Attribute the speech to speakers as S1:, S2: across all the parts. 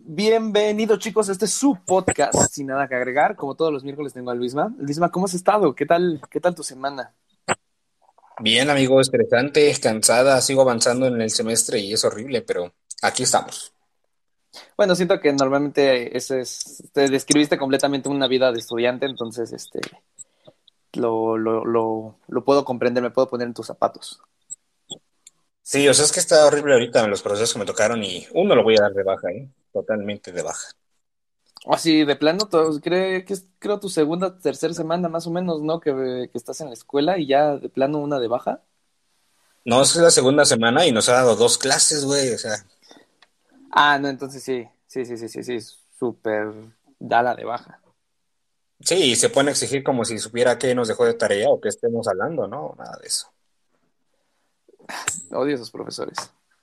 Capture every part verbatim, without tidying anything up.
S1: Bienvenidos chicos, este es su podcast, sin nada que agregar. Como todos los miércoles tengo a Luisma. Luisma, ¿cómo has estado? ¿Qué tal, qué tal tu semana?
S2: Bien, amigo, estresante, cansada, sigo avanzando en el semestre y es horrible, pero aquí estamos.
S1: Bueno, siento que normalmente ese es, te describiste completamente una vida de estudiante, entonces este lo, lo, lo, lo puedo comprender, me puedo poner en tus zapatos.
S2: Sí, o sea, es que está horrible ahorita en los procesos que me tocaron y uno lo voy a dar de baja, ¿eh? Totalmente de baja.
S1: Así, de plano, to- creo que es creo tu segunda, tercera semana más o menos, ¿no? Que, que estás en la escuela y ya de plano una de baja.
S2: No, es la segunda semana y nos ha dado dos clases, güey, o sea,
S1: Ah, no, entonces sí, sí, sí, sí, sí, sí, súper dala de baja.
S2: sí, se pone a exigir como si supiera qué nos dejó de tarea o qué estemos hablando, ¿no? Nada de eso.
S1: Odio a esos profesores.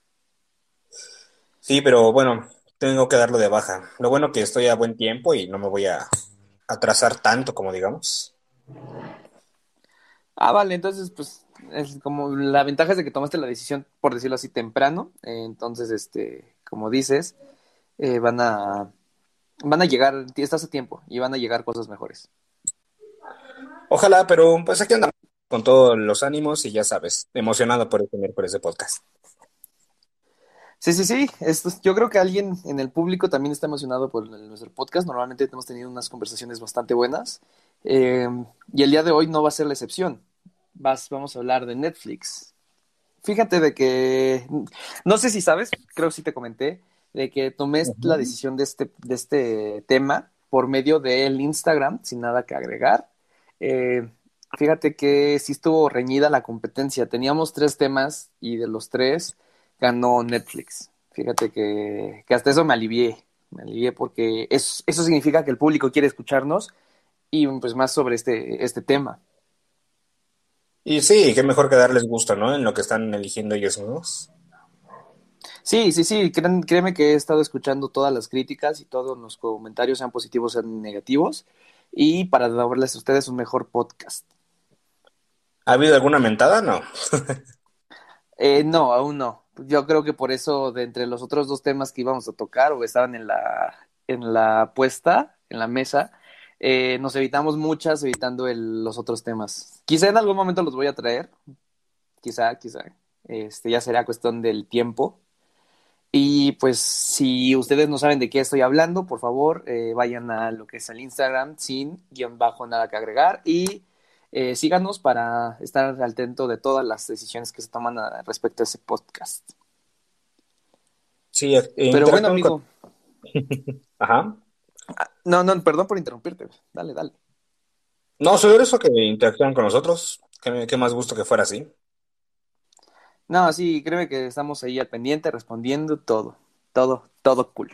S2: Sí, pero bueno, tengo que darlo de baja. Lo bueno que estoy a buen tiempo y no me voy a atrasar tanto como digamos.
S1: Ah, vale, entonces, pues, es como la ventaja es de que tomaste la decisión, por decirlo así, temprano. Eh, entonces, este, como dices, eh, van a, van a llegar, estás a tiempo y van a llegar cosas mejores.
S2: Ojalá, pero pues aquí andamos con todos los ánimos y ya sabes, emocionado por este miércoles de podcast.
S1: Sí, sí, sí. Esto, es- yo creo que alguien en el público también está emocionado por el- nuestro podcast. Normalmente hemos tenido unas conversaciones bastante buenas. Eh, y el día de hoy no va a ser la excepción. Vas, vamos a hablar de Netflix. Fíjate de que, no sé si sabes, creo que sí te comenté, de que tomé la
S2: Ujú.
S1: decisión de este, de este tema por medio del Instagram, sin nada que agregar. Eh, Fíjate que sí estuvo reñida la competencia. Teníamos tres temas y de los tres ganó Netflix. Fíjate que, que hasta eso me alivié. Me alivié porque eso, eso significa que el público quiere escucharnos y pues más sobre este, este tema.
S2: Y sí, qué mejor que darles gusto, ¿no? En lo que están eligiendo ellos mismos.
S1: Sí, sí, sí, créan- créeme que he estado escuchando todas las críticas y todos los comentarios, sean positivos, sean negativos, y para darles a ustedes un mejor podcast.
S2: ¿Ha habido alguna mentada? No.
S1: Eh, no, aún no. Yo creo que por eso, de entre los otros dos temas que íbamos a tocar o estaban en la, en la puesta, en la mesa, eh, nos evitamos muchas evitando el- los otros temas. Quizá en algún momento los voy a traer, quizá, quizá. Este, ya será cuestión del tiempo. Y pues si ustedes no saben de qué estoy hablando, por favor, eh, vayan a lo que es el Instagram sin guión bajo nada que agregar y eh, síganos para estar al tanto de todas las decisiones que se toman a- respecto a ese podcast.
S2: Sí, eh,
S1: Pero bueno,
S2: interactúan con...
S1: amigo,
S2: Ajá.
S1: no, no, perdón por interrumpirte. Dale, dale.
S2: No, sobre eso que interactúan con nosotros. Qué, qué más gusto que fuera así.
S1: No, sí, créeme que estamos ahí al pendiente respondiendo todo, todo, todo cool.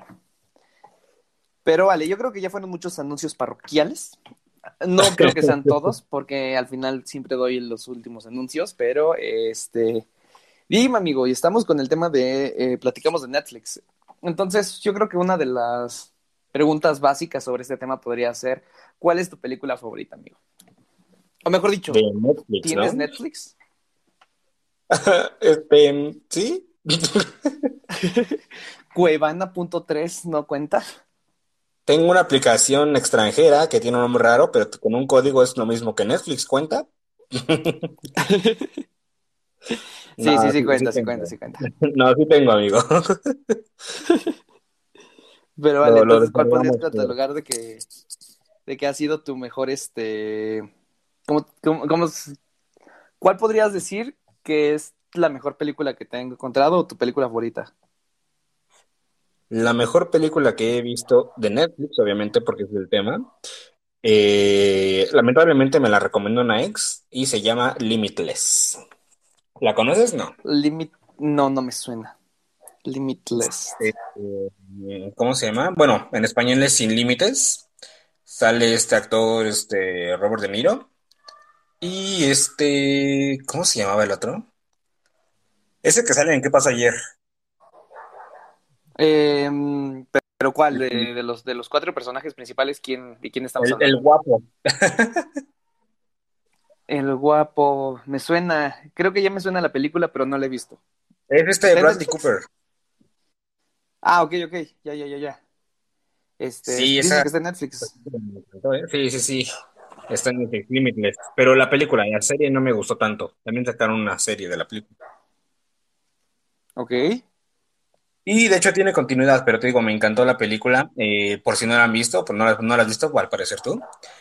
S1: Pero vale, yo creo que ya fueron muchos anuncios parroquiales. No creo que sean todos, porque al final siempre doy los últimos anuncios, pero este, dime amigo, y estamos con el tema de, eh, platicamos de Netflix. Entonces, yo creo que una de las preguntas básicas sobre este tema podría ser, ¿cuál es tu película favorita, amigo? O mejor dicho,
S2: De Netflix,
S1: ¿tienes
S2: ¿no?
S1: Netflix?
S2: Este, sí.
S1: Cuevana punto tres no cuenta.
S2: Tengo una aplicación extranjera que tiene un nombre raro, pero con un código es lo mismo que Netflix, ¿cuenta? No,
S1: Sí, sí, sí
S2: sí, sí
S1: cuenta, sí cuenta,
S2: tengo.
S1: sí cuenta.
S2: No, sí tengo, amigo.
S1: Pero vale,
S2: Lo, lo
S1: entonces, ¿cuál podrías
S2: descargamos por...
S1: catalogar de que, de que ha sido tu mejor, este, ¿cómo, cómo, cómo es- cuál podrías decir que es la mejor película que te han encontrado o tu película favorita?
S2: La mejor película que he visto de Netflix, obviamente, porque es el tema. Eh, lamentablemente me la recomendó una ex y se llama Limitless. ¿La conoces? No.
S1: Limit, no, no me suena. Limitless.
S2: Este, eh, ¿cómo se llama? Bueno, en español es Sin Límites. Sale este actor, este, Robert De Niro. Y este, ¿cómo se llamaba el otro? Ese que sale en ¿Qué pasó ayer?
S1: Eh, pero ¿cuál? De, de los, de los cuatro personajes principales, ¿quién, ¿de quién estamos
S2: El, el
S1: hablando?
S2: guapo.
S1: El guapo, me suena, creo que ya me suena la película, pero no la he visto.
S2: Es este
S1: ¿Está en
S2: Bradley
S1: Netflix?
S2: Cooper.
S1: Ah, ok, ok, ya, ya, ya, ya. Este,
S2: Sí,
S1: dices
S2: esa
S1: que está en Netflix.
S2: me encantó, ¿eh? Sí, sí, sí. Está en Netflix, Limitless. Pero la película, la serie no me gustó tanto. También sacaron una serie de la película.
S1: Ok.
S2: Y de hecho tiene continuidad, pero te digo, me encantó la película. Eh, por si no la han visto, pues no la, no la has visto, al parecer tú.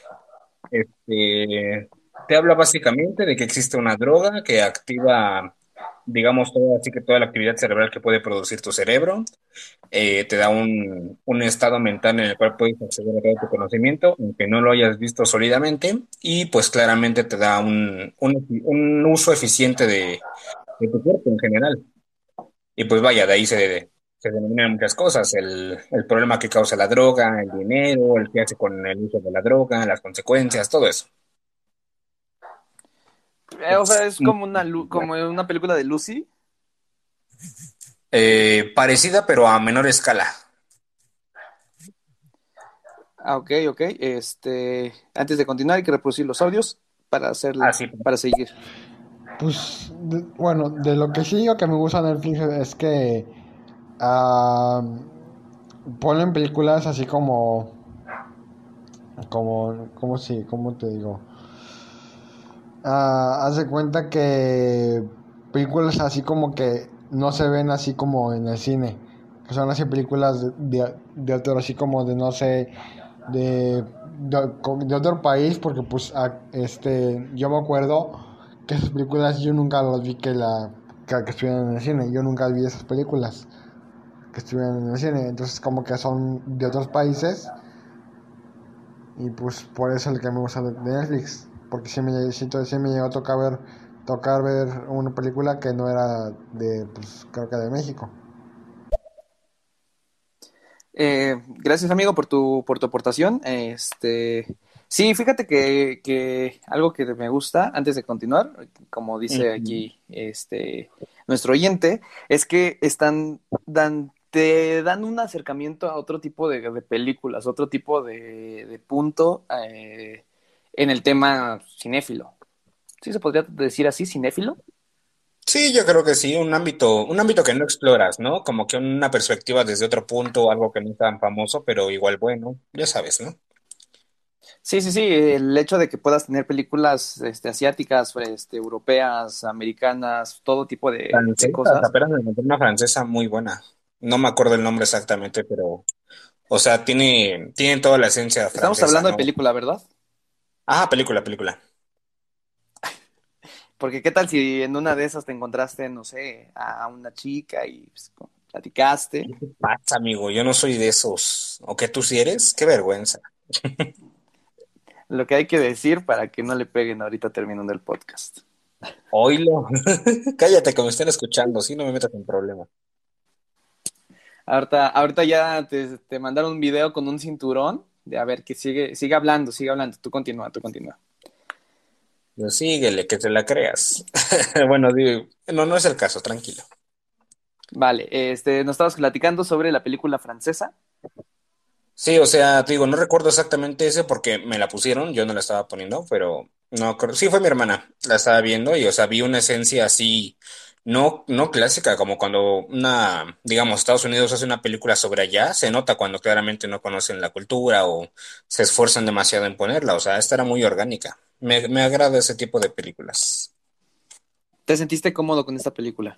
S2: Este, te habla básicamente de que existe una droga que activa, digamos, toda, así que toda la actividad cerebral que puede producir tu cerebro. Eh, te da un, un estado mental en el cual puedes acceder a todo tu conocimiento, aunque no lo hayas visto sólidamente, y pues claramente te da un, un, un uso eficiente de, de tu cuerpo en general. Y pues vaya, de ahí se, se denominan muchas cosas, el, el problema que causa la droga, el dinero, el que hace con el uso de la droga, las consecuencias, todo eso.
S1: Eh, o sea,
S2: Es
S1: es
S2: muy
S1: como una, Lu- como una película de Lucy.
S2: eh, parecida, pero a menor escala.
S1: Ah, ok, ok. Este, antes de continuar hay que reproducir los audios para hacer,
S2: Ah, sí.
S1: para seguir.
S3: Pues, de- bueno, de lo que sí yo que me gusta de Netflix es que ah, ponen películas así como, como, como si, ¿cómo te digo? Ah, haz de cuenta que películas así como que no se ven así como en el cine, que son así películas de, de, de otro, así como de no sé, de, de, de otro país, porque pues a- este, yo me acuerdo que esas películas yo nunca las vi que, la, que, que estuvieran en el cine, yo nunca vi esas películas que estuvieran en el cine, entonces como que son de otros países y pues por eso es el que me gusta de Netflix. Porque sí me, sí, sí me llegó a tocar ver, tocar ver una película que no era de, pues creo que de México.
S1: Eh, gracias, amigo, por tu, por tu aportación. Este, sí, fíjate que, que algo que me gusta, antes de continuar, como dice
S2: Ujú.
S1: aquí este, nuestro oyente, es que están, dan, te dan un acercamiento a otro tipo de, de películas, otro tipo de, de punto eh, en el tema cinéfilo. ¿Sí se podría decir así, cinéfilo?
S2: Sí, yo creo que sí, un ámbito, un ámbito que no exploras, ¿no? Como que una perspectiva desde otro punto, algo que no es tan famoso, pero igual bueno, ya sabes, ¿no?
S1: Sí, sí, sí, el hecho de que puedas tener películas este, asiáticas, este, europeas, americanas, todo tipo de, de
S2: Francesas,
S1: cosas.
S2: apenas me encontré una francesa muy buena. No me acuerdo el nombre exactamente, pero, o sea, tiene, tiene toda la esencia
S1: Estamos
S2: francesa,
S1: hablando de
S2: ¿no?
S1: película, ¿verdad?
S2: Ah, película, película.
S1: Porque qué tal si en una de esas te encontraste, no sé, a una chica y pues, platicaste.
S2: ¿Qué te pasa, amigo? Yo no soy de esos. ¿O que tú sí eres? Qué vergüenza.
S1: Lo que hay que decir para que no le peguen ahorita terminando el podcast.
S2: Oílo. Cállate que me estén escuchando, si no me metas en problemas.
S1: Ahorita, ahorita ya te, te mandaron un video con un cinturón de a ver que sigue, sigue hablando, sigue hablando. Tú continúa, tú continúa.
S2: Yo síguele, que te la creas. Bueno, digo, no, no es el caso, tranquilo.
S1: Vale, este, nos estabas platicando sobre la película francesa.
S2: Sí, o sea, te digo, no recuerdo exactamente ese porque me la pusieron, yo no la estaba poniendo, pero no, creo- sí fue mi hermana, la estaba viendo y, o sea, vi una esencia así, no, no clásica, como cuando una, digamos, Estados Unidos hace una película sobre allá, se nota cuando claramente no conocen la cultura o se esfuerzan demasiado en ponerla, o sea, esta era muy orgánica. Me, me agrada ese tipo de películas.
S1: ¿Te sentiste cómodo con esta película?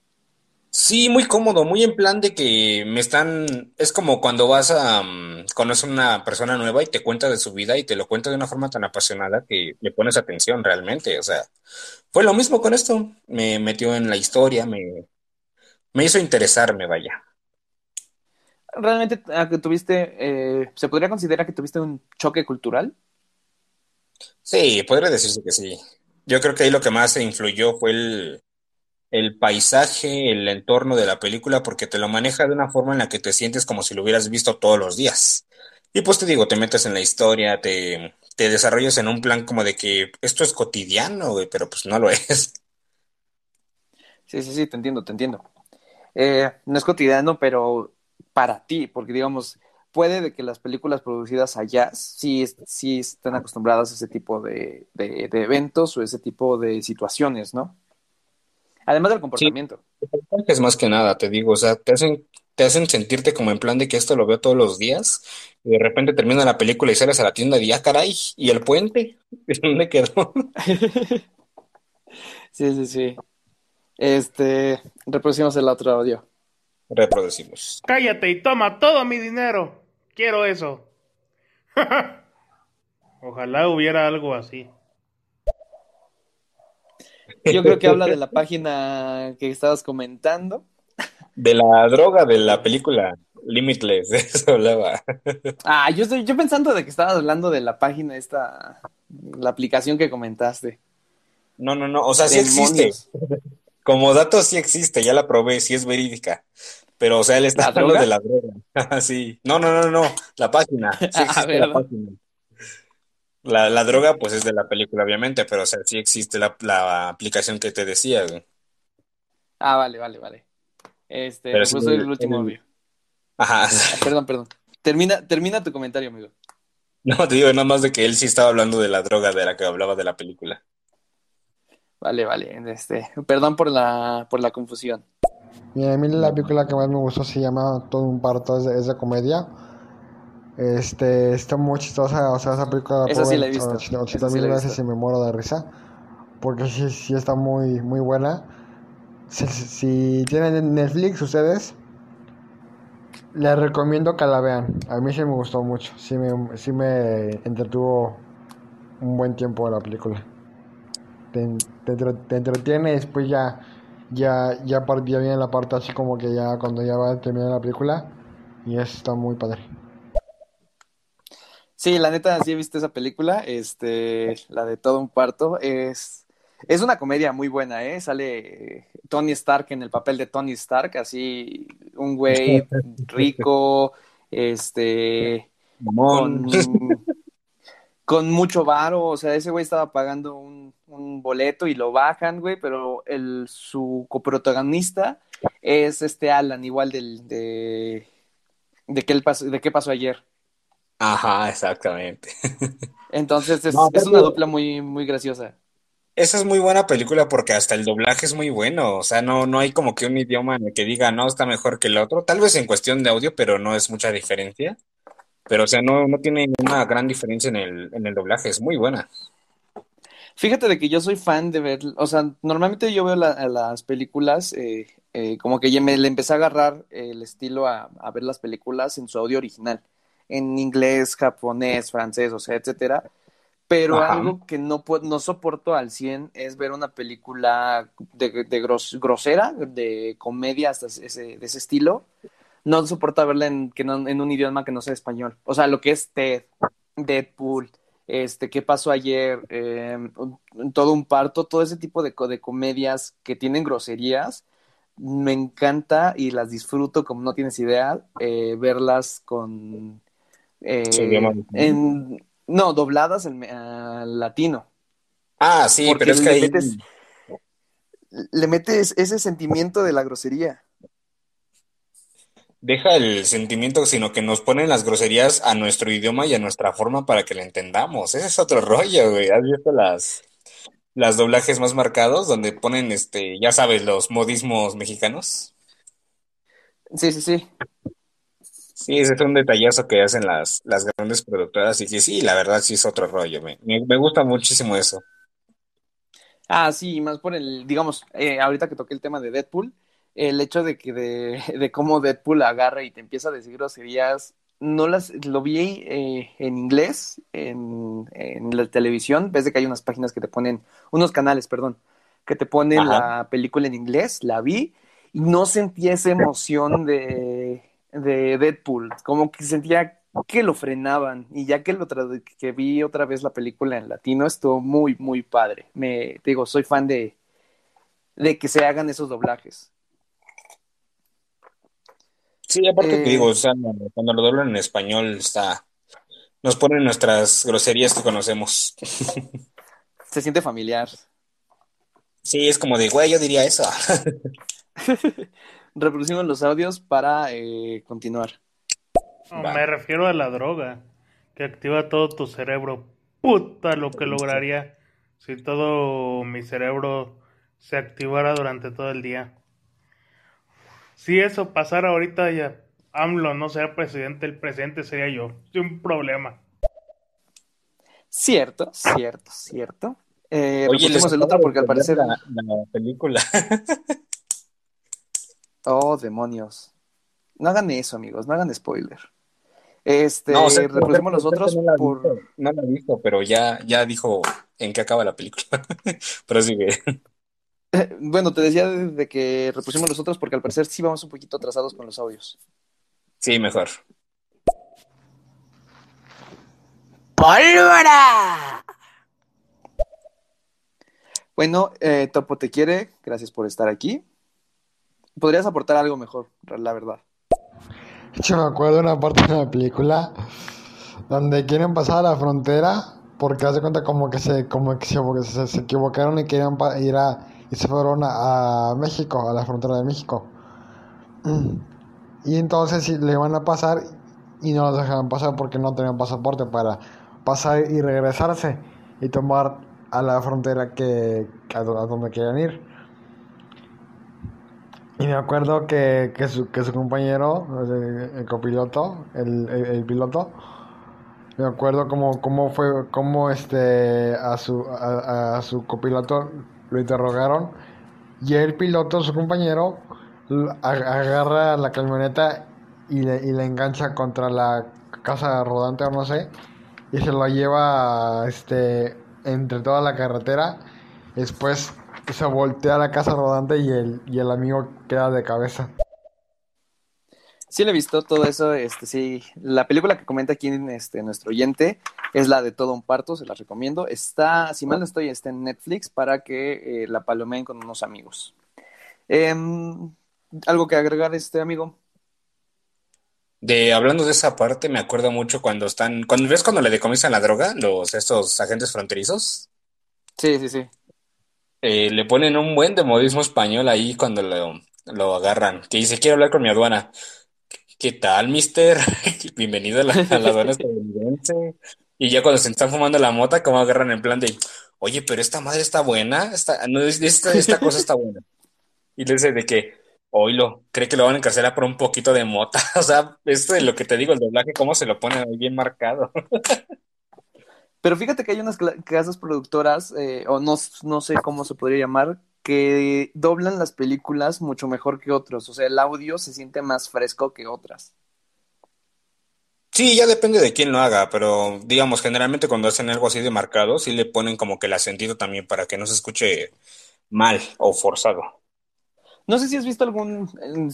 S2: Sí, muy cómodo, muy en plan de que me están, es como cuando vas a mm, conocer a una persona nueva y te cuenta de su vida y te lo cuenta de una forma tan apasionada que le pones atención realmente, o sea, fue lo mismo con esto, me metió en la historia, me, me hizo interesarme, vaya.
S1: ¿Realmente ah, que tuviste, eh, se podría considerar que tuviste un choque cultural?
S2: Sí, podría decirse que sí. Yo creo que ahí lo que más se influyó fue el, el paisaje, el entorno de la película, porque te lo maneja de una forma en la que te sientes como si lo hubieras visto todos los días. Y pues te digo, te metes en la historia, te, te desarrollas en un plan como de que esto es cotidiano, güey, pero pues no lo es.
S1: Sí, sí, sí, te entiendo, te entiendo. Eh, no es cotidiano, pero para ti, porque digamos, puede de que las películas producidas allá sí, es- sí estén acostumbradas a ese tipo de, de, de eventos o ese tipo de situaciones, ¿no? Además del
S2: Sí,
S1: comportamiento.
S2: es más que nada, te digo, o sea, te hacen. te hacen sentirte como en plan de que esto lo veo todos los días, y de repente termina la película y sales a la tienda y ya, caray, ¿y el puente? ¿De dónde quedó?
S1: Sí, sí, sí. Este, reproducimos el otro audio.
S2: Reproducimos.
S4: Cállate y toma todo mi dinero. Quiero eso. Ojalá hubiera algo así.
S1: Yo creo que habla de la página que estabas comentando.
S2: De la droga de la película Limitless, de eso hablaba.
S1: Ah, yo estoy yo pensando de que estabas hablando de la página esta, la aplicación que comentaste.
S2: No, no, no, o sea, sí existe.
S1: Demonios.
S2: Como dato sí existe, ya la probé, sí es verídica. Pero, o sea, él está
S1: ¿La
S2: hablando de
S1: droga?
S2: la droga. Sí. No, no, no, no, la página. Sí
S1: Ah,
S2: existe la
S1: ¿verdad?
S2: página. La, la droga, pues es de la película, obviamente, pero, o sea, sí existe la, la aplicación que te decía, güey.
S1: Ah, vale, vale, vale. Este,
S2: Pero sí,
S1: reproduce el
S2: el,
S1: último
S2: el-
S1: audio.
S2: ajá.
S1: Ah, perdón, perdón. Termina, termina tu comentario, amigo.
S2: No, te digo nada más de que él sí estaba hablando de la droga de la que hablaba de la película.
S1: Vale, vale. Este, perdón por la, por la confusión.
S3: Mira, a mí la película que más me gustó se llama Todo un parto, es de, es de comedia. Este, está muy chistosa, o sea, esa película la
S1: Esa
S3: puedo
S1: sí
S3: ver
S1: la he visto. Esa
S3: ochenta
S1: sí
S3: mil
S1: la he
S3: veces
S1: visto.
S3: y me muero de risa, porque sí, sí está muy, muy buena. Si, si- si tienen Netflix ustedes, les recomiendo que la vean. A mí sí me gustó mucho, sí me, sí me entretuvo un buen tiempo la película. Te, te, entre- te entretiene y después ya, ya, ya, par- ya viene la parte así como que ya cuando ya va a terminar la película y eso está muy padre.
S1: Sí, la neta, sí he visto esa película, este, la de Todo un parto, es, es una comedia muy buena, ¿eh? Sale eh, Tony Stark en el papel de Tony Stark, así, un güey rico, este,
S2: Mamón.
S1: con, con mucho varo, o sea, ese güey estaba pagando un, un boleto y lo bajan, güey, pero el, su coprotagonista es este Alan, igual del, de, de, qué, el pas- de qué pasó ayer.
S2: Ajá, exactamente.
S1: Entonces
S2: No,
S1: es, es
S2: aparte,
S1: una dupla muy, muy graciosa.
S2: esa es muy buena película porque hasta el doblaje es muy bueno. O sea, no, no hay como que un idioma en el que diga, no, está mejor que el otro. Tal vez en cuestión de audio, pero no es mucha diferencia. Pero, o sea, no, no tiene una gran diferencia en el, en el doblaje. Es muy buena.
S1: Fíjate de que yo soy fan de ver, o sea, normalmente yo veo la- las películas, eh, eh, como que ya me le empecé a agarrar el estilo a, a ver las películas en su audio original, en inglés, japonés, francés, o sea, etcétera. Pero
S2: Ajá.
S1: algo que no, pu- no soporto al cien es ver una película de, de gros- grosera, de comedia hasta ese, de ese estilo. No soporto verla en, que no- en un idioma que no sea español. O sea, lo que es Ted, Deadpool, este, ¿qué pasó ayer? Eh, un- todo un parto, todo ese tipo de, co- de comedias que tienen groserías, me encanta y las disfruto como no tienes idea, eh, verlas con,
S2: Su idioma
S1: eh,
S2: original.
S1: en, no, dobladas en uh, latino,
S2: Ah, sí, pero
S1: porque
S2: es que
S1: le
S2: ahí
S1: metes, le metes ese sentimiento de la grosería.
S2: deja el sentimiento, sino que nos ponen las groserías a nuestro idioma y a nuestra forma para que la entendamos. Ese es otro rollo, güey. ¿Has visto las, las doblajes más marcados donde ponen, este, ya sabes, los modismos mexicanos?
S1: Sí, sí, sí.
S2: Sí, ese es un detallazo que hacen las, las grandes productoras y que sí, la verdad sí es otro rollo. Me, me, me gusta muchísimo eso.
S1: Ah, sí, más por el, digamos, eh, ahorita que toqué el tema de Deadpool, el hecho de que de, de cómo Deadpool agarra y te empieza a decir groserías, no las, lo vi eh, en inglés, en, en la televisión, ves de que hay unas páginas que te ponen, unos canales, perdón, que te ponen
S2: Ajá.
S1: la película en inglés, la vi, y no sentí esa emoción de, de Deadpool, como que sentía que lo frenaban y ya que lo tradu- que vi otra vez la película en latino estuvo muy muy padre. Me te digo, soy fan de de que se hagan esos doblajes.
S2: Sí, aparte te digo,
S1: Eh,
S2: o sea, cuando lo doblan en español está, nos ponen nuestras groserías que conocemos.
S1: Se siente familiar.
S2: Sí, es como de, güey, yo diría eso.
S1: Reproducimos los audios para eh, continuar.
S4: No,
S2: Va.
S4: me refiero a la droga, que activa todo tu cerebro. Puta, lo que lograría si todo mi cerebro se activara durante todo el día. Si eso pasara ahorita ya, AMLO no sea presidente, el presidente sería yo. Sin problema.
S1: Cierto, cierto, cierto. Eh,
S2: Oye, les
S1: repusimos el
S2: acabo
S1: otro
S2: de
S1: porque al
S2: poner
S1: parecer...
S2: la, la película.
S1: Oh, demonios. No hagan eso, amigos, no hagan spoiler.
S2: No, o sea,
S1: Este,
S2: Sergio
S1: repusimos los
S2: Sergio
S1: otros
S2: no la ha
S1: por...
S2: visto, no la ha visto, pero ya, ya dijo en qué acaba la película. Pero sigue.
S1: Bueno, te decía de, de que repusimos los otros porque al parecer sí vamos un poquito atrasados con los audios.
S2: Sí, mejor.
S1: ¡Pólvora! Bueno, eh, Topo te quiere, gracias por estar aquí. Podrías aportar algo mejor, la verdad.
S3: Yo me acuerdo de una parte de la película donde quieren pasar a la frontera porque hace cuenta como que se como que se, se, se equivocaron y querían pa- ir a y se fueron a, a México, a la frontera de México. Y entonces sí, le iban a pasar y no los dejaban pasar porque no tenían pasaporte para pasar y regresarse y tomar a la frontera que a, do- a donde querían ir. Y me acuerdo que, que, su, que su compañero, el, el copiloto, el, el, el piloto, me acuerdo cómo, cómo fue, cómo este, a, su, a, a su copiloto lo interrogaron y el piloto, su compañero, l- a- agarra la camioneta y le, y le engancha contra la casa rodante o no sé, y se lo lleva este, entre toda la carretera. Después se voltea a la casa rodante y el, y el amigo queda de cabeza.
S1: Sí le he visto todo eso, este, sí. La película que comenta aquí este, nuestro oyente es la de Todo un parto, se la recomiendo. Está, si mal no estoy, está en Netflix para que eh, la palomeen con unos amigos. Em, ¿algo que agregar, este amigo?
S2: De hablando de esa parte, me acuerdo mucho cuando están, cuando ves cuando le decomisan la droga, los estos agentes fronterizos,
S1: Sí, sí, sí.
S2: eh, le ponen un buen de modismo español ahí cuando lo, lo agarran, que dice, quiero hablar con mi aduana. ¿Qué tal, mister? Bienvenido a la, a la aduana estadounidense. Y ya cuando se están fumando la mota, como agarran en plan de, oye, pero esta madre está buena, esta, no, es- esta, esta cosa está buena. Y le dice de que, oílo, cree que lo van a encarcelar por un poquito de mota. O sea, esto es lo que te digo, el doblaje, cómo se lo ponen ahí bien marcado.
S1: Pero fíjate que hay unas cla- casas productoras, eh, o no, no sé cómo se podría llamar, que doblan las películas mucho mejor que otros. O sea, el audio se siente más fresco que otras.
S2: Sí, ya depende de quién lo haga, pero digamos, generalmente cuando hacen algo así de marcado, sí le ponen como que el acentito también para que no se escuche mal o forzado.
S1: No sé si has visto algún,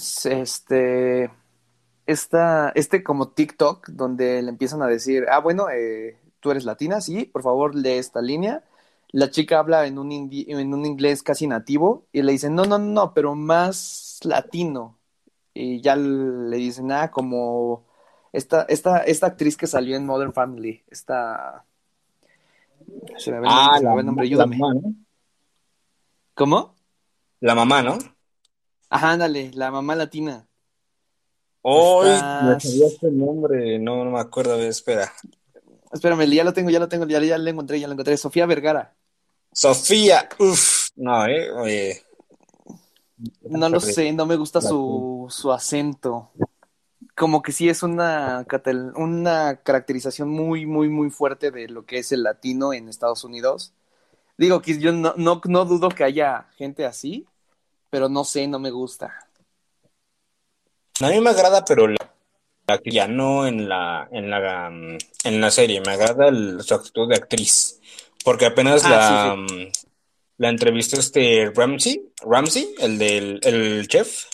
S1: este, esta, este como TikTok donde le empiezan a decir, ah, bueno, eh, tú eres latina, sí, por favor lee esta línea. La chica habla en un, indi- en un inglés casi nativo y le dicen, no, no, no, no, pero más latino. Y ya le dicen, ah, como esta, esta, esta actriz que salió en Modern Family, esta, se me va el nombre,
S2: Ah,
S1: se me
S2: la,
S1: va el nombre,
S2: la
S1: ayúdame.
S2: mamá, ¿no?
S1: ¿Cómo?
S2: La mamá, ¿no?
S1: Ajá, ándale, la mamá latina.
S2: Hoy me sabía
S1: Estás,
S2: este nombre, no, no me acuerdo, a ver, espera.
S1: espérame, ya lo tengo, ya lo tengo, ya, ya lo encontré, ya lo encontré. Sofía Vergara.
S2: Sofía, uff, no, eh, oye,
S1: No lo sé, no me gusta su, su acento. Como que sí es una, catal- una caracterización muy, muy, muy fuerte de lo que es el latino en Estados Unidos. Digo que yo no, no, no dudo que haya gente así, pero no sé, no me gusta.
S2: a mí me agrada, pero la, la que ya no en la, en la, mm, en la serie, me agrada el- su actitud de actriz, porque apenas
S1: Ah, sí,
S2: la,
S1: sí.
S2: mm, la entrevistó este Ramsey, Ramsey, el del el chef.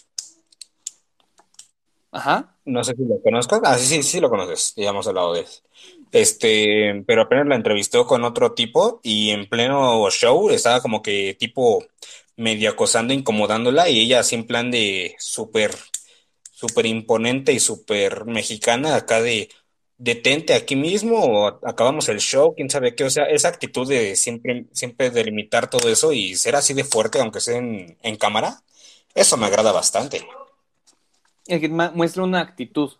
S1: Ajá.
S2: No sé si lo conozcas. Ah, sí, sí, sí lo conoces. Ya hemos hablado de él. Este, pero apenas la entrevistó con otro tipo y en pleno show estaba como que tipo medio acosando, incomodándola y ella así en plan de súper, súper imponente y súper mexicana acá de detente aquí mismo o acabamos el show, quién sabe qué. O sea, esa actitud de siempre, siempre delimitar todo eso y ser así de fuerte, aunque sea en, en cámara, eso me agrada bastante.
S1: El que ma- muestra una actitud.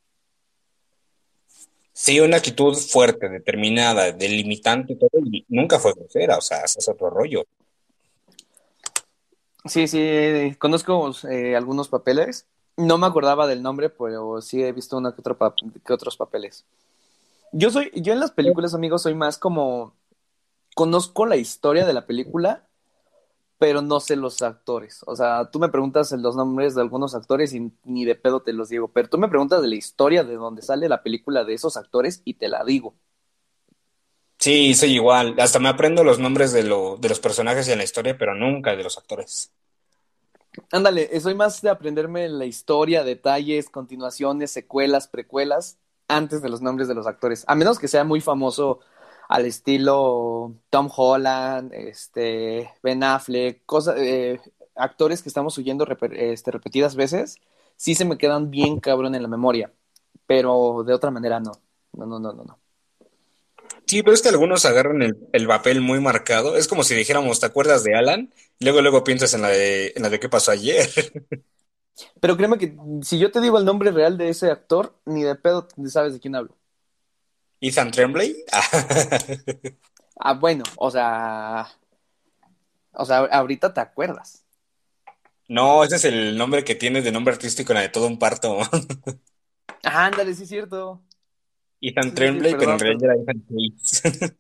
S2: Sí, una actitud fuerte, determinada, delimitante y todo, y nunca fue grosera, o sea, ese es otro rollo.
S1: Sí, sí, eh, conozco eh, algunos papeles. No me acordaba del nombre, pero sí he visto uno que, otro pa- que otros papeles. Yo soy, yo en las películas, amigos, soy más como conozco la historia de la película, pero no sé los actores. O sea, tú me preguntas los nombres de algunos actores y ni de pedo te los digo, pero tú me preguntas de la historia de donde sale la película de esos actores y te la digo.
S2: Sí, soy igual. Hasta me aprendo los nombres de, lo, de los personajes en la historia, pero nunca de los actores.
S1: Ándale, eh, soy más de aprenderme la historia, detalles, continuaciones, secuelas, precuelas, antes de los nombres de los actores. A menos que sea muy famoso al estilo Tom Holland, este, Ben Affleck, cosa, eh, actores que estamos oyendo rep- este, repetidas veces, sí se me quedan bien cabrón en la memoria, pero de otra manera no. No, no, no, no, no.
S2: Sí, pero es que algunos agarran el, el papel muy marcado. Es como si dijéramos, ¿te acuerdas de Alan? Luego, luego piensas en la de, en la de qué pasó ayer.
S1: Pero créeme que si yo te digo el nombre real de ese actor, ni de pedo sabes de quién hablo.
S2: Ethan Tremblay.
S1: Ah, bueno, o sea, o sea, ahorita te acuerdas.
S2: No, ese es el nombre que tiene de nombre artístico en la de todo un parto.
S1: Ah, ándale, sí es cierto.
S2: Ethan
S1: Sí, sí, sí,
S2: Tremblay, pero en
S1: perdón,
S2: realidad
S1: perdón.
S2: era Ethan Hayes.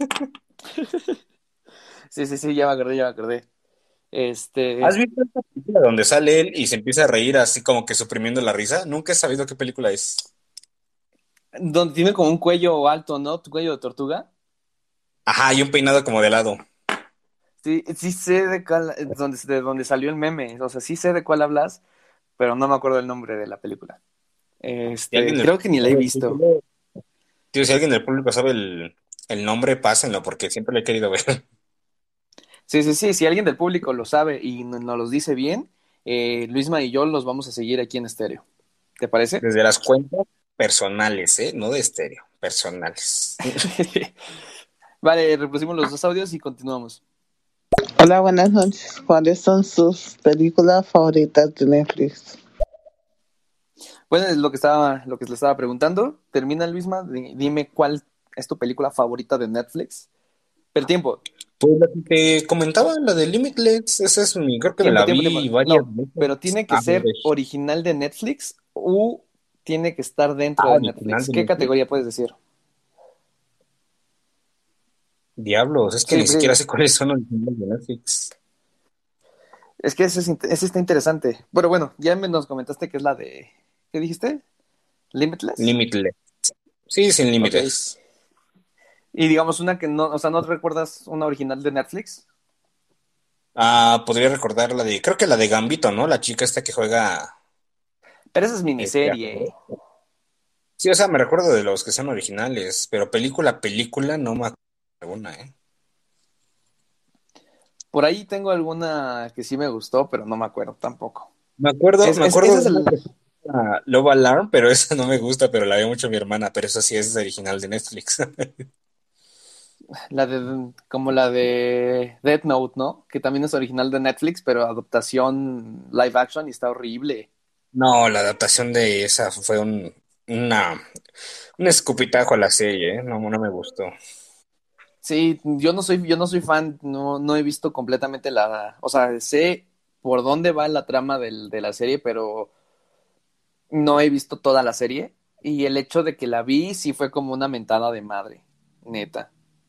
S1: Sí, sí, sí, ya me acordé, ya me acordé.
S2: ¿Has
S1: Este,
S2: visto esta película donde sale él y se empieza a reír así como que suprimiendo la risa? Nunca he sabido qué película es.
S1: donde tiene como un cuello alto, ¿no? Tu cuello de tortuga.
S2: Ajá, y un peinado como de lado.
S1: Sí, sí sé de cuál, eh, donde, de dónde salió el meme. O sea, sí sé de cuál hablas, pero no me acuerdo el nombre de la película.
S2: Si alguien
S1: Este,
S2: del
S1: creo que ni
S2: público
S1: la he
S2: sabe el
S1: visto.
S2: título, tío, si alguien del público sabe el, el nombre, pásenlo, porque siempre lo he querido ver.
S1: Sí, sí, sí, si alguien del público lo sabe y no- nos los dice bien, eh, Luisma y yo los vamos a seguir aquí en estéreo. ¿Te parece?
S2: Desde las cuentas personales, ¿eh? No de estéreo, personales.
S1: Vale, reproducimos los dos audios y continuamos.
S5: Hola, buenas noches. ¿Cuáles son sus películas favoritas de Netflix?
S1: Bueno, es lo que estaba, lo que le estaba preguntando. Termina, Luisma, di- dime cuál es tu película favorita de Netflix. Pero tiempo,
S2: Pues la que te comentaba, la de Limitless, esa es mi, creo que me
S1: tiempo,
S2: la
S1: tiempo, tiempo.
S2: vi varias
S1: No, pero
S2: veces.
S1: tiene que
S2: Ah, a
S1: ser
S2: ver.
S1: original de Netflix o tiene que estar dentro
S2: Ah,
S1: de
S2: original
S1: Netflix.
S2: de
S1: ¿Qué
S2: Netflix.
S1: categoría puedes decir?
S2: Diablos, es que
S1: Sí,
S2: ni siquiera
S1: sí,
S2: sé cuáles son originales de Netflix.
S1: es que ese, es int- ese está interesante. Pero bueno, ya me nos comentaste que es la de... ¿Qué dijiste? Limitless.
S2: Limitless. Sí, sin
S1: Ok.
S2: límites.
S1: Y digamos una que no, o sea, ¿no recuerdas una original de Netflix?
S2: Ah, podría recordar la de, creo que la de Gambito, ¿no? La chica esta que juega
S1: Pero esa es
S2: este
S1: miniserie.
S2: ajedrez. Sí, o sea, me recuerdo de los que son originales, pero película, película, no me acuerdo de alguna, ¿eh?
S1: Por ahí tengo alguna que sí me gustó, pero no me acuerdo tampoco.
S2: Me acuerdo,
S1: Es,
S2: me
S1: es,
S2: acuerdo
S1: ese
S2: de
S1: es
S2: una
S1: el,
S2: que se llama Love Alarm, pero esa no me gusta, pero la ve mucho mi hermana, pero esa sí es original de Netflix.
S1: la de, como la de Death Note, ¿no? Que también es original de Netflix, pero adaptación live action y está horrible.
S2: No, la adaptación de esa fue un, una, un escupitajo a la serie, ¿eh? No, no me gustó.
S1: Sí, yo no soy, yo no soy fan, no, no he visto completamente la, o sea, sé por dónde va la trama del, de la serie, pero no he visto toda la serie. Y el hecho de que la vi sí fue como una mentada de madre, neta.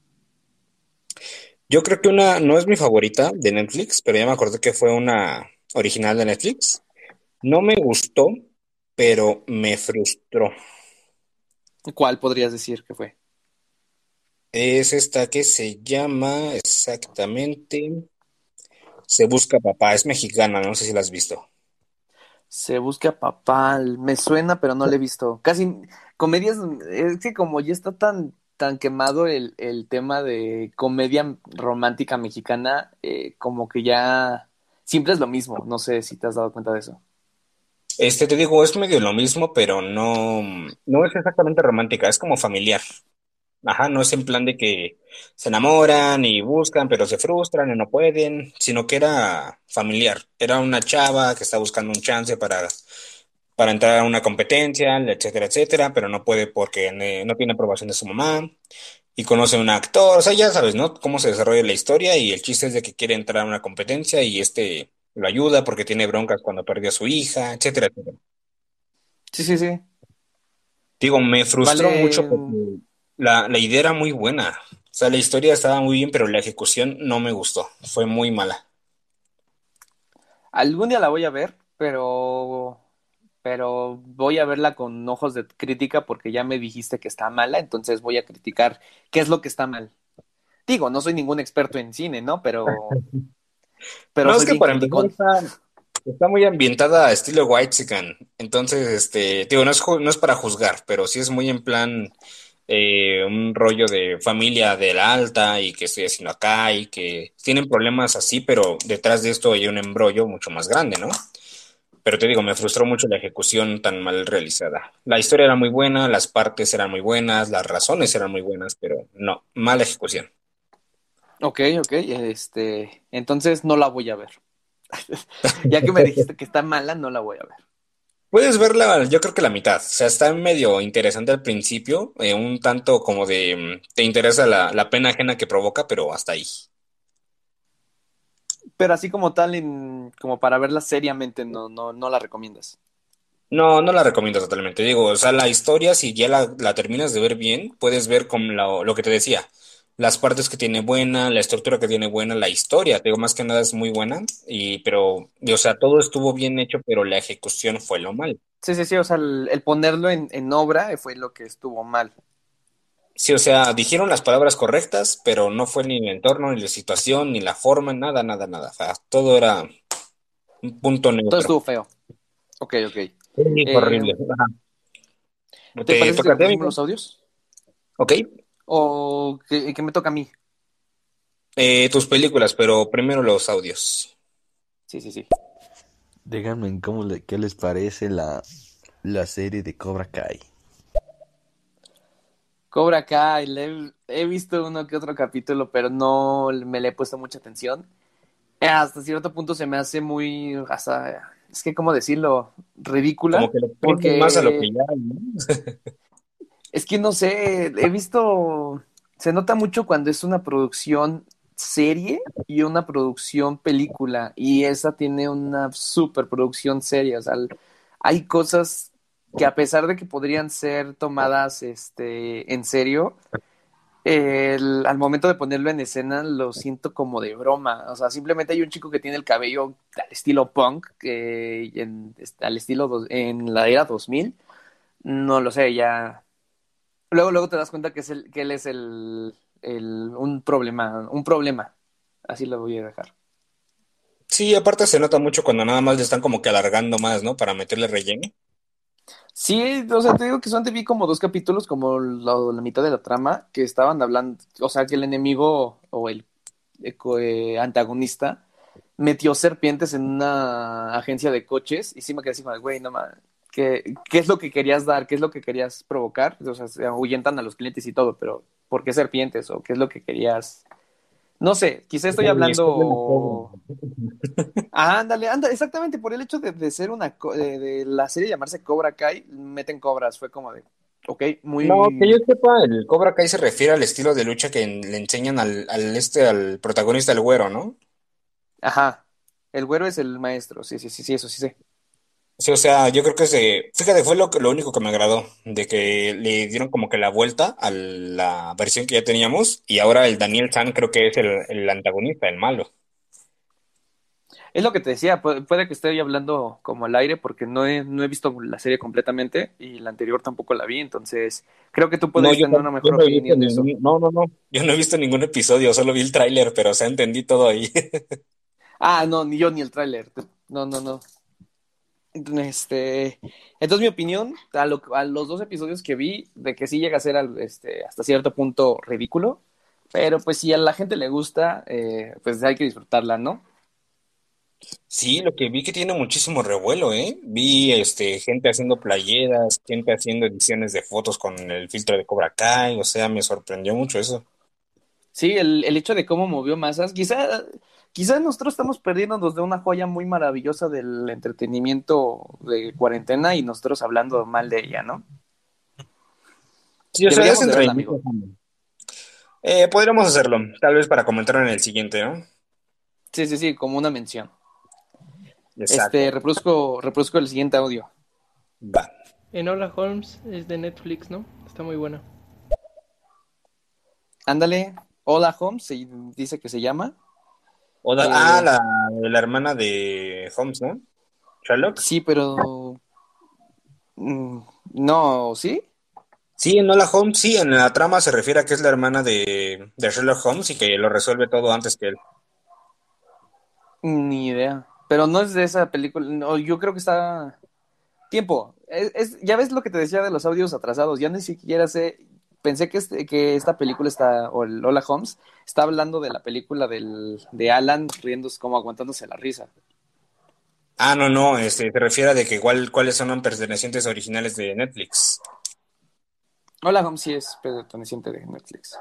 S2: Yo creo que una, no es mi favorita de Netflix, pero ya me acordé que fue una original de Netflix. No me gustó, pero me frustró.
S1: ¿Cuál podrías decir que fue?
S2: Es esta que se llama exactamente Se Busca Papá. Es mexicana, no sé si la has visto.
S1: Se busca papá, me suena, pero no le he visto. Casi comedias, es que como ya está tan, tan quemado el, el tema de comedia romántica mexicana, eh, como que ya siempre es lo mismo. No sé si te has dado cuenta de eso.
S2: Este, te digo, es medio lo mismo, pero no, no es exactamente romántica, es como familiar. Ajá, no es en plan de que se enamoran y buscan, pero se frustran y no pueden, sino que era familiar. Era una chava que está buscando un chance para, para entrar a una competencia, etcétera, etcétera, pero no puede porque ne- no tiene aprobación de su mamá y conoce a un actor. O sea, ya sabes, ¿no? Cómo se desarrolla la historia y el chiste es de que quiere entrar a una competencia y este lo ayuda porque tiene broncas cuando perdió a su hija, etcétera, etcétera.
S1: Sí, sí, sí.
S2: Digo, me frustró mucho
S1: Vale.
S2: porque la, la idea era muy buena. O sea, la historia estaba muy bien, pero la ejecución no me gustó. Fue muy mala.
S1: Algún día la voy a ver, pero pero voy a verla con ojos de crítica porque ya me dijiste que está mala, entonces voy a criticar qué es lo que está mal. Digo, no soy ningún experto en cine, ¿no? Pero pero
S2: No, es
S1: soy
S2: que
S1: bien
S2: para empezar
S1: criticón.
S2: está, está muy ambientada a estilo Whitezican. Entonces, este, digo, no es, ju- no es para juzgar, pero sí es muy en plan eh, un rollo de familia de la alta y que estoy haciendo acá y que tienen problemas así, pero detrás de esto hay un embrollo mucho más grande, ¿no? Pero te digo, me frustró mucho la ejecución tan mal realizada. La historia era muy buena, las partes eran muy buenas, las razones eran muy buenas, pero no, mala ejecución.
S1: Ok, ok, este, entonces no la voy a ver. Ya que me dijiste que está mala, no la voy a ver.
S2: Puedes verla, yo creo que la mitad. O sea, está medio interesante al principio, eh, un tanto como de, mm, te interesa la, la pena ajena que provoca, pero hasta ahí.
S1: Pero así como tal, en, como para verla seriamente, no, no, no la recomiendas.
S2: No, no la recomiendo totalmente. Digo, o sea, la historia, si ya la, la terminas de ver bien, puedes ver como lo, lo que te decía, las partes que tiene buena, la estructura que tiene buena, la historia, te digo, más que nada es muy buena, y, pero, y, o sea, todo estuvo bien hecho, pero la ejecución fue lo mal.
S1: Sí, sí, sí, o sea, el, el ponerlo en, en obra fue lo que estuvo mal.
S2: Sí, o sea, dijeron las palabras correctas, pero no fue ni el entorno, ni la situación, ni la forma, nada, nada, nada. O sea, todo era un punto
S1: Todo
S2: neutro.
S1: estuvo feo. Ok, ok.
S2: Sí,
S1: Eh,
S2: horrible. Ajá.
S1: ¿Te
S2: ¿Te
S1: parece si
S2: toca a ti,
S1: pusimos
S2: amigo?
S1: los audios?
S2: Ok.
S1: ¿O que, que me toca a mí?
S2: Eh, tus películas, pero primero los audios.
S1: Sí, sí, sí.
S6: Díganme en cómo le- qué les parece la, la serie de Cobra Kai.
S1: Cobra Kai, le he, he visto uno que otro capítulo, pero no me le he puesto mucha atención. Eh, Hasta cierto punto se me hace muy, hasta, es que, ¿cómo decirlo?
S2: Como
S1: Ridícula,
S2: que le exprimen más a lo que
S1: porque
S2: ya hay, ¿no?
S1: es que no sé, he visto, se nota mucho cuando es una producción serie y una producción película, y esa tiene una superproducción serie, o sea, hay cosas que a pesar de que podrían ser tomadas este, en serio, el- al momento de ponerlo en escena lo siento como de broma. O sea, simplemente hay un chico que tiene el cabello al estilo punk, que en- este, al estilo dos- en la era dos mil. No lo sé, ya. Luego, luego te das cuenta que es el, que él es el, el- un problema, un problema. Así lo voy a dejar.
S2: Sí, aparte se nota mucho cuando nada más le están como que alargando más, ¿no? Para meterle relleno.
S1: Sí, o sea, te digo que solamente vi como dos capítulos, como la, la mitad de la trama, que estaban hablando, o sea, que el enemigo o el eco- eh, antagonista metió serpientes en una agencia de coches y sí me quedé así como, de, güey, no mames, ¿qué, qué es lo que querías dar? ¿Qué es lo que querías provocar? O sea, se ahuyentan a los clientes y todo, pero ¿por qué serpientes? ¿O qué es lo que querías? No sé, quizá estoy
S2: Güey, esto es una
S1: hablando... Ah, ándale, anda, exactamente, por el hecho de, de ser una... co- De, de la serie llamarse Cobra Kai, meten cobras, fue como de... Ok,
S2: No, que yo
S1: muy...
S2: sepa, el Cobra Kai se refiere al estilo de lucha que en- le enseñan al, al este, al protagonista, el güero, ¿no?
S1: Ajá, el güero es el maestro, sí, sí, sí, sí, eso sí sé.
S2: Sí, o sea, yo creo que se, fíjate, fue lo, que- lo único que me agradó, de que le dieron como que la vuelta a la versión que ya teníamos, y ahora el Daniel San creo que es el, el antagonista, el malo.
S1: Es lo que te decía, puede, puede que esté hablando como al aire porque no he, no he visto la serie completamente y la anterior tampoco la vi, entonces creo que tú
S2: No,
S1: puedes
S2: yo,
S1: tener
S2: tam-
S1: una
S2: yo
S1: mejor
S2: no he visto
S1: opinión de eso.
S2: ningún, no, no, no, yo no he visto ningún episodio, solo vi el tráiler, pero o sea, entendí todo ahí.
S1: Ah, no, ni yo ni el tráiler. No, no, no. Este, entonces mi opinión a, lo- a los dos episodios que vi de que sí llega a ser al- este, hasta cierto punto ridículo, pero pues si a la gente le gusta, eh, pues hay que disfrutarla, ¿no?
S2: Sí, lo que vi que tiene muchísimo revuelo, ¿eh? Vi este gente haciendo playeras, gente haciendo ediciones de fotos con el filtro de Cobra Kai, o sea, me sorprendió mucho eso.
S1: Sí, el, el hecho de cómo movió masas, quizá, quizá nosotros estamos perdiéndonos de una joya muy maravillosa del entretenimiento de cuarentena y nosotros hablando mal de ella, ¿no?
S2: Sí, o sea, es
S1: Deberíamos de verla,
S2: entretenimiento.
S1: amigo.
S2: Eh, podríamos hacerlo, tal vez para comentar en el siguiente, ¿no?
S1: Sí, sí, sí, como una mención. Este,
S2: Exacto.
S1: reproduzco, reproduzco el siguiente audio.
S2: Va.
S7: Enola Holmes es de Netflix, ¿no? Está muy buena.
S1: Ándale, Hola Holmes, se dice que se llama.
S2: Oda- ah,
S1: Eh,
S2: la, la hermana de Holmes, ¿no? Sherlock.
S1: sí, pero... mm, no, ¿sí?
S2: Sí, Enola Holmes, sí, en la trama se refiere a que es la hermana de, de Sherlock Holmes y que lo resuelve todo antes que él.
S1: Ni idea. Pero no es de esa película. No, yo creo que está... Tiempo. Es, es- ya ves lo que te decía de los audios atrasados. Ya ni siquiera sé. Pensé que, este, que esta película está, o el Lola Holmes, está hablando de la película del, de Alan riéndose como aguantándose la risa.
S2: Ah, no, no, este, se refiere a de que igual cuáles son los pertenecientes originales de Netflix.
S1: Hola Holmes sí es perteneciente de Netflix.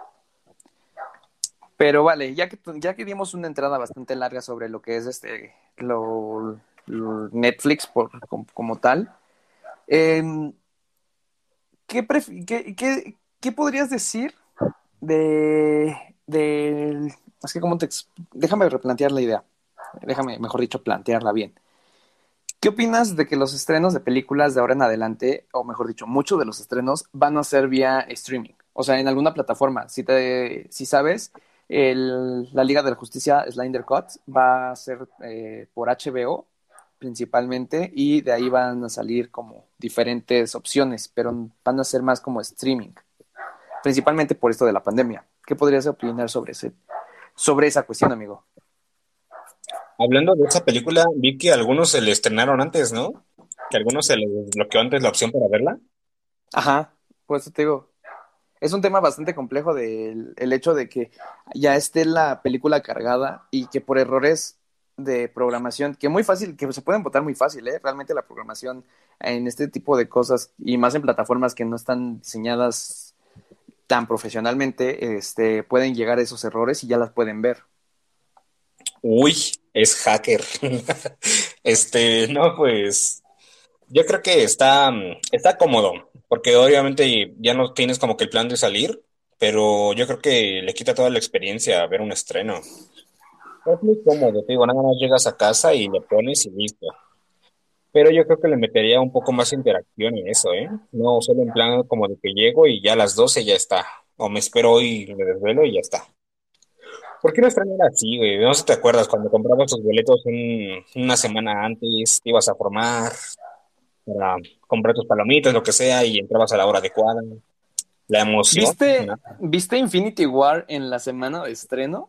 S1: Pero vale, ya que, ya que dimos una entrada bastante larga sobre lo que es este lo, lo Netflix por, como, como tal, eh, ¿qué, pref- qué, qué, qué podrías decir de, de... Es que cómo te... ex- Déjame replantear la idea. Déjame, mejor dicho, plantearla bien. ¿Qué opinas de que los estrenos de películas de ahora en adelante, o mejor dicho, muchos de los estrenos van a ser vía streaming? O sea, en alguna plataforma. Si, te, si sabes, el- la Liga de la Justicia, Snyder Cut, va a ser eh, por H B O principalmente, y de ahí van a salir como diferentes opciones, pero van a ser más como streaming, principalmente por esto de la pandemia. ¿Qué podrías opinar sobre ese, sobre esa cuestión, amigo?
S2: Hablando de esa película, vi que algunos se le estrenaron antes, ¿no? Que algunos se les desbloqueó antes la opción para verla.
S1: Ajá, pues te digo, es un tema bastante complejo del el hecho de que ya esté la película cargada y que por errores de programación, que muy fácil, que se pueden botar muy fácil, ¿eh? Realmente la programación en este tipo de cosas y más en plataformas que no están diseñadas tan profesionalmente, este, pueden llegar a esos errores y ya las pueden ver.
S2: Uy, es hacker. Este, no, pues yo creo que está, mm, está cómodo, porque obviamente ya no tienes como que el plan de salir, pero yo creo que le quita toda la experiencia a ver un estreno. Es muy cómodo, te digo, nada más llegas a casa y le pones y listo. Pero yo creo que le metería un poco más interacción en eso, ¿eh? No solo en plan como de que llego y ya a las doce ya está. O me espero hoy y me desvelo y ya está. ¿Por qué no estrenar así, güey? No sé si te acuerdas cuando comprabas tus boletos un- una semana antes, te ibas a formar para comprar tus palomitas, lo que sea, y entrabas a la hora adecuada. La emoción, ¿no?
S1: ¿Viste, ¿viste Infinity War en la semana de estreno?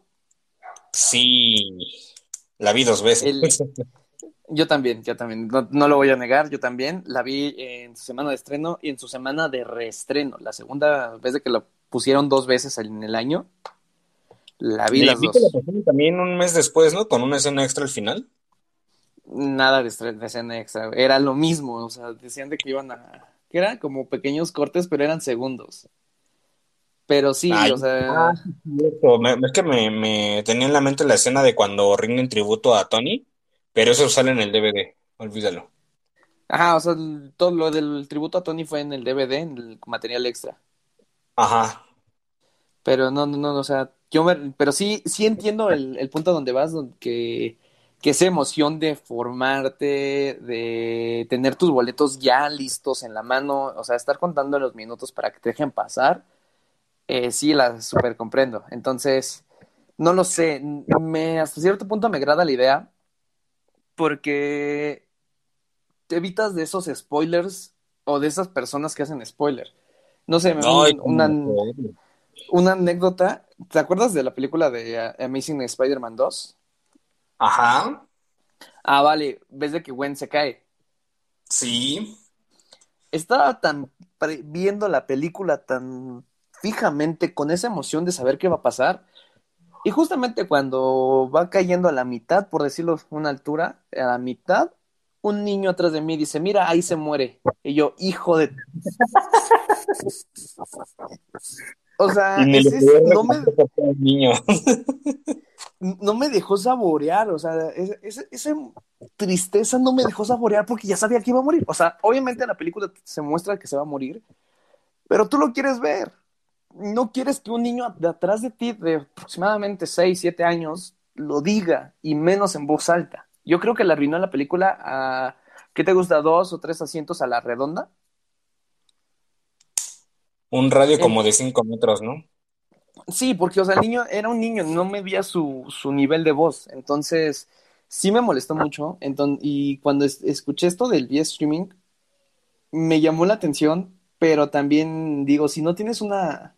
S2: Sí, la vi dos veces.
S1: El, Yo también, yo también, no, no lo voy a negar, yo también la vi en su semana de estreno y en su semana de reestreno. La segunda vez de que lo pusieron dos veces en el año, la vi
S2: Le
S1: las
S2: vi que la
S1: dos.
S2: pasaron también un mes después, ¿no? Con una escena extra al final.
S1: Nada de, estre- de escena extra, era lo mismo, o sea, decían de que iban a... que eran como pequeños cortes, pero eran segundos. Pero sí, o
S2: Ay, ah,
S1: sea...
S2: sí, cierto. Me- es que me, me tenía en la mente la escena de cuando rinden tributo a Tony, pero eso sale en el D V D, olvídalo.
S1: Ajá, o sea, el- todo lo del tributo a Tony fue en el D V D, en el material extra.
S2: Ajá.
S1: Pero no, no, no, o sea, yo me, pero sí, sí entiendo el, el punto donde vas, donde que, que esa emoción de formarte, de tener tus boletos ya listos en la mano, o sea, estar contando los minutos para que te dejen pasar, eh, sí la super comprendo. Entonces, no lo sé, me, hasta cierto punto me agrada la idea, porque te evitas de esos spoilers o de esas personas que hacen spoiler. No sé,
S2: Ay,
S1: un,
S2: cómo
S1: una,
S2: me acuerdo.
S1: una anécdota. ¿Te acuerdas de la película de uh, Amazing Spider-Man dos?
S2: Ajá,
S1: Ah, vale, ves de que Gwen se cae.
S2: sí.
S1: Estaba tan pre- viendo la película tan fijamente, con esa emoción de saber qué va a pasar. Y justamente cuando va cayendo a la mitad, por decirlo una altura, a la mitad, un niño atrás de mí dice, mira, ahí se muere. Y yo, hijo de... O
S2: Y
S1: sea,
S2: ni le
S1: ese es,
S2: pude
S1: no me,
S2: reconocer por qué era un niño.
S1: no me dejó saborear, o sea, ese- ese- esa tristeza no me dejó saborear porque ya sabía que iba a morir. O sea, obviamente en la película se muestra que se va a morir, pero tú lo quieres ver. No quieres que un niño de atrás de ti de aproximadamente seis siete años lo diga, y menos en voz alta. Yo creo que le arruinó la película a, ¿qué te gusta? Dos o tres asientos a la redonda.
S2: Un radio
S1: En-
S2: como de cinco metros, ¿no?
S1: sí, porque, o sea, el niño era un niño, no medía su, su nivel de voz. Entonces, sí me molestó mucho. Enton- y cuando es- escuché esto del vía streaming, me llamó la atención, pero también digo, si no tienes una,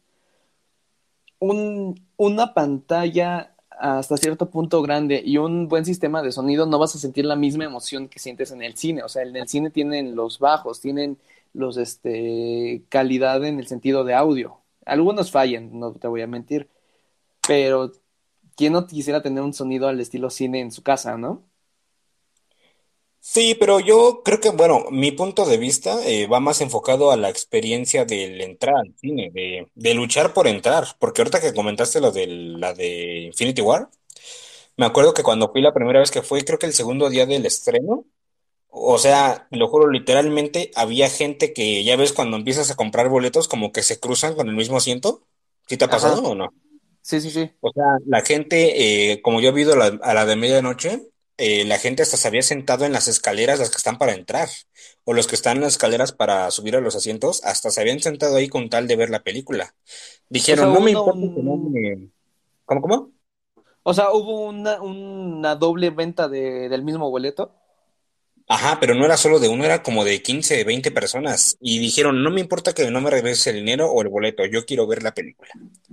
S1: un, una pantalla hasta cierto punto grande y un buen sistema de sonido, no vas a sentir la misma emoción que sientes en el cine. O sea, en el cine tienen los bajos, tienen los, este, calidad en el sentido de audio. Algunos fallan, no te voy a mentir, pero ¿quién no quisiera tener un sonido al estilo cine en su casa, no?
S2: Sí, pero yo creo que, bueno, mi punto de vista eh, va más enfocado a la experiencia del entrar al cine, de, de luchar por entrar, porque ahorita que comentaste lo de la de Infinity War, me acuerdo que cuando fui la primera vez que fui, creo que el segundo día del estreno, o sea, lo juro, literalmente había gente que ya ves cuando empiezas a comprar boletos como que se cruzan con el mismo asiento. ¿Sí te ha pasado
S1: Ajá,
S2: o no?
S1: sí, sí, sí.
S2: O sea, la gente, eh, como yo he visto la- a la de medianoche, eh, la gente hasta se había sentado en las escaleras, las que están para entrar, o los que están en las escaleras para subir a los asientos, hasta se habían sentado ahí con tal de ver la película.
S1: O sea,
S2: Dijeron, no me
S1: uno,
S2: importa que no
S1: un,
S2: me... ¿Cómo, cómo?
S1: o sea, hubo una, una doble venta de, del mismo boleto.
S2: Ajá, pero no era solo de uno, era como de quince, veinte personas. Y dijeron, no me importa que no me regrese el dinero o el boleto, yo quiero ver la película.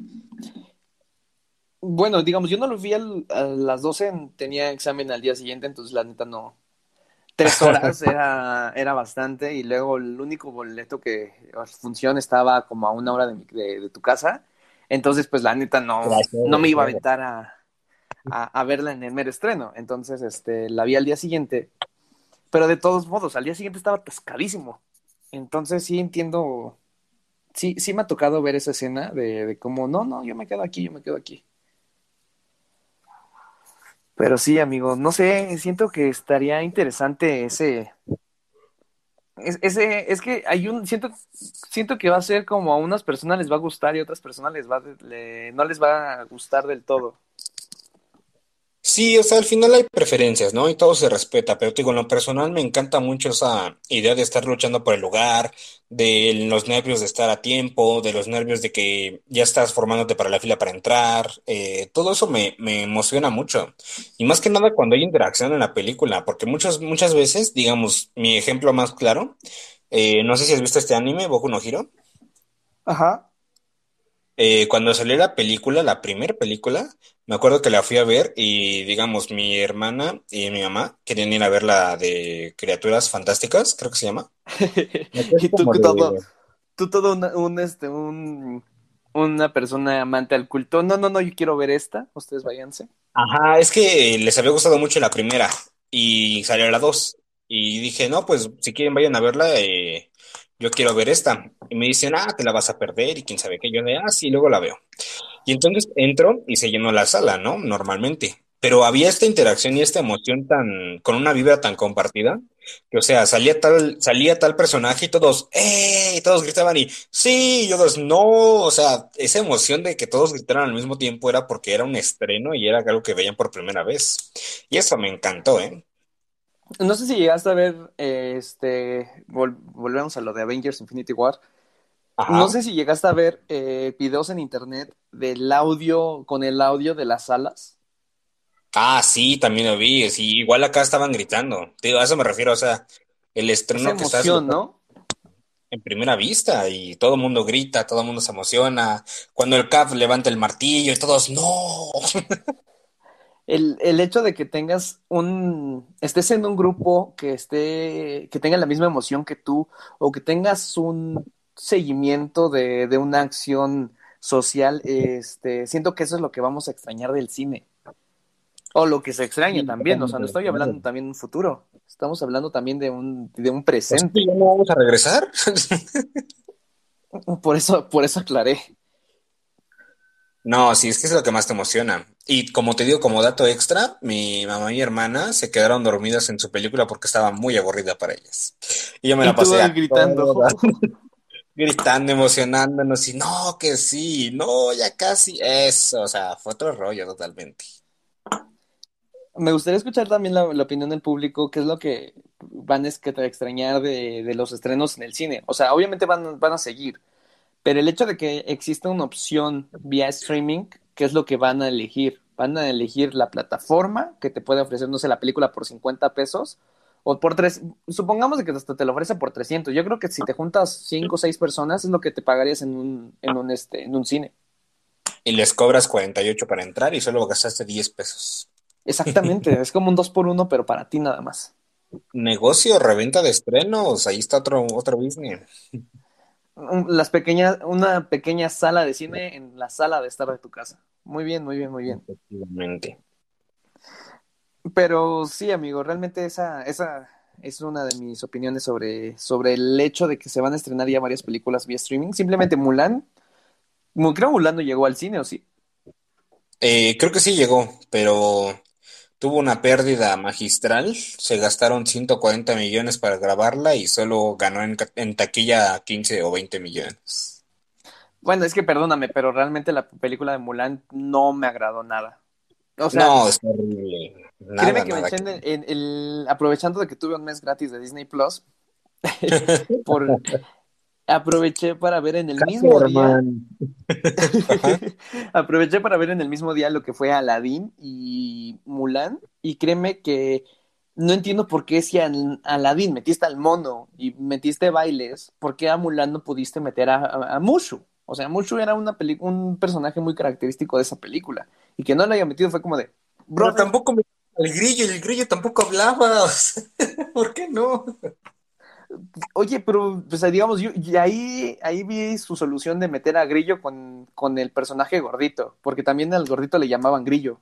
S1: Bueno, digamos, yo no lo vi al- a las doce, tenía examen al día siguiente, entonces la neta no. Tres horas era, era bastante y luego el único boleto que o función estaba como a una hora de, mi- de, de tu casa. Entonces, pues la neta no,
S2: Gracias,
S1: no me iba a
S2: gracias.
S1: aventar a, a, a verla en el mero estreno. Entonces, este, la vi al día siguiente, pero de todos modos, al día siguiente estaba atascadísimo. Entonces sí entiendo, sí, sí me ha tocado ver esa escena de, de cómo, no, no, yo me quedo aquí, yo me quedo aquí. Pero sí, amigo, no sé, siento que estaría interesante ese, es, ese, es que hay un, siento, siento que va a ser como a unas personas les va a gustar y a otras personas les va, le- no les va a gustar del todo.
S2: Sí, o sea, al final hay preferencias, ¿no? Y todo se respeta, pero te digo, en lo personal me encanta mucho esa idea de estar luchando por el lugar, de los nervios de estar a tiempo, de los nervios de que ya estás formándote para la fila para entrar, eh, todo eso me, me emociona mucho. Y más que nada cuando hay interacción en la película, porque muchas, muchas veces, digamos, mi ejemplo más claro, eh, no sé si has visto este anime, Boku no Hero.
S1: Ajá.
S2: Eh, cuando salió la película, la primera película, me acuerdo que la fui a ver y, digamos, mi hermana y mi mamá querían ir a ver la de Criaturas Fantásticas, creo que se llama. La que es
S1: Y tú
S2: como
S1: que todo,
S2: de...
S1: tú todo una- un, este, un, una persona amante al culto. No, no, no, yo quiero ver esta. Ustedes váyanse.
S2: Ajá, es que les había gustado mucho la primera y salió la dos. Y dije, no, pues si quieren vayan a verla, eh, yo quiero ver esta. Y me dicen, ah, te la vas a perder y quién sabe qué. Yo de, ah, sí, luego la veo. Y entonces entro y se llenó la sala, ¿no? Normalmente. Pero había esta interacción y esta emoción tan, con una vibra tan compartida, que, o sea, salía tal, salía tal personaje y todos, ¡eh! Y todos gritaban y, ¡sí! Y todos, ¡no! O sea, esa emoción de que todos gritaran al mismo tiempo era porque era un estreno y era algo que veían por primera vez. Y eso me encantó, ¿eh?
S1: No sé si llegaste a ver, eh, este, vol- volvemos a lo de Avengers Infinity War. No
S2: Ajá.
S1: sé si llegaste a ver eh, videos en internet del audio, con el audio de las salas.
S2: Ah, sí, también lo vi. Sí, igual acá estaban gritando. Te digo, a eso me refiero, o sea, el
S1: Esa
S2: estreno que estás
S1: emoción, ¿no?
S2: en primera vista y todo el mundo grita, todo el mundo se emociona. Cuando el Cap levanta el martillo y todos, ¡no!
S1: El, el hecho de que tengas un, estés en un grupo que esté, que tenga la misma emoción que tú, o que tengas un seguimiento de, de una acción social, este, siento que eso es lo que vamos a extrañar del cine. O lo que se extraña
S2: Sí,
S1: también, o sea,
S2: totalmente
S1: no
S2: de
S1: estoy
S2: acuerdo.
S1: hablando también de un futuro, estamos hablando también de un, de un
S2: O sea que
S1: presente.
S2: ya no vamos a regresar.
S1: Por eso, por eso aclaré.
S2: No, sí, es que es lo que más te emociona. Y como te digo, como dato extra, mi mamá y mi hermana se quedaron dormidas en su película porque estaba muy aburrida para ellas. Y yo me
S1: Y
S2: la
S1: tú
S2: pasé a
S1: gritando.
S2: todas gritando, emocionándonos y no, que sí, no, ya casi. Eso, o sea, fue otro rollo totalmente.
S1: Me gustaría escuchar también la, la opinión del público, qué es lo que van a es- que te extrañar de, de los estrenos en el cine. O sea, obviamente van, van a seguir, pero el hecho de que exista una opción vía streaming, ¿qué es lo que van a elegir? Van a elegir la plataforma que te puede ofrecer, no sé, la película por cincuenta pesos o por tres, supongamos de que hasta te lo ofrece por trescientos. Yo creo que si te juntas cinco o seis personas es lo que te pagarías en un, en un, este, en un cine.
S2: Y les cobras cuarenta y ocho para entrar y solo gastaste diez pesos.
S1: Exactamente, es como un dos por uno, pero para ti nada más.
S2: Negocio, reventa de estrenos, ahí está otro, otro business.
S1: Un- Las pequeñas, una pequeña sala de cine en la sala de estar de tu casa. Muy bien, muy bien, muy bien.
S2: Efectivamente.
S1: Pero sí, amigo, realmente esa, esa es una de mis opiniones sobre, sobre el hecho de que se van a estrenar ya varias películas vía streaming. Simplemente Mulan, Mu- creo Mulan no llegó al cine, ¿o sí?
S2: Eh, creo que sí llegó, pero tuvo una pérdida magistral. Se gastaron ciento cuarenta millones para grabarla y solo ganó en, ca- en taquilla quince o veinte millones.
S1: Bueno, es que perdóname, pero realmente la película de Mulan no me agradó nada. O sea,
S2: No, es horrible.
S1: créeme
S2: Nada,
S1: que me
S2: nada
S1: eché
S2: que
S1: en el, en el- aprovechando de que tuve un mes gratis de Disney Plus, por, aproveché para ver en el mismo día.
S2: Herman. Ajá.
S1: Aproveché para ver en el mismo día lo que fue Aladdin y Mulan, y créeme que no entiendo por qué si a Aladdin metiste al mono y metiste bailes, ¿por qué a Mulan no pudiste meter a, a, a Mushu? O sea, Mushu era una peli- un personaje muy característico de esa película, y que no lo haya metido fue como de,
S2: Pero
S1: brother,
S2: tampoco me... El grillo, el grillo tampoco hablaba. O sea, ¿por qué no?
S1: oye, pero pues digamos, yo, y ahí, ahí vi su solución de meter a Grillo con, con el personaje gordito, porque también al gordito le llamaban Grillo.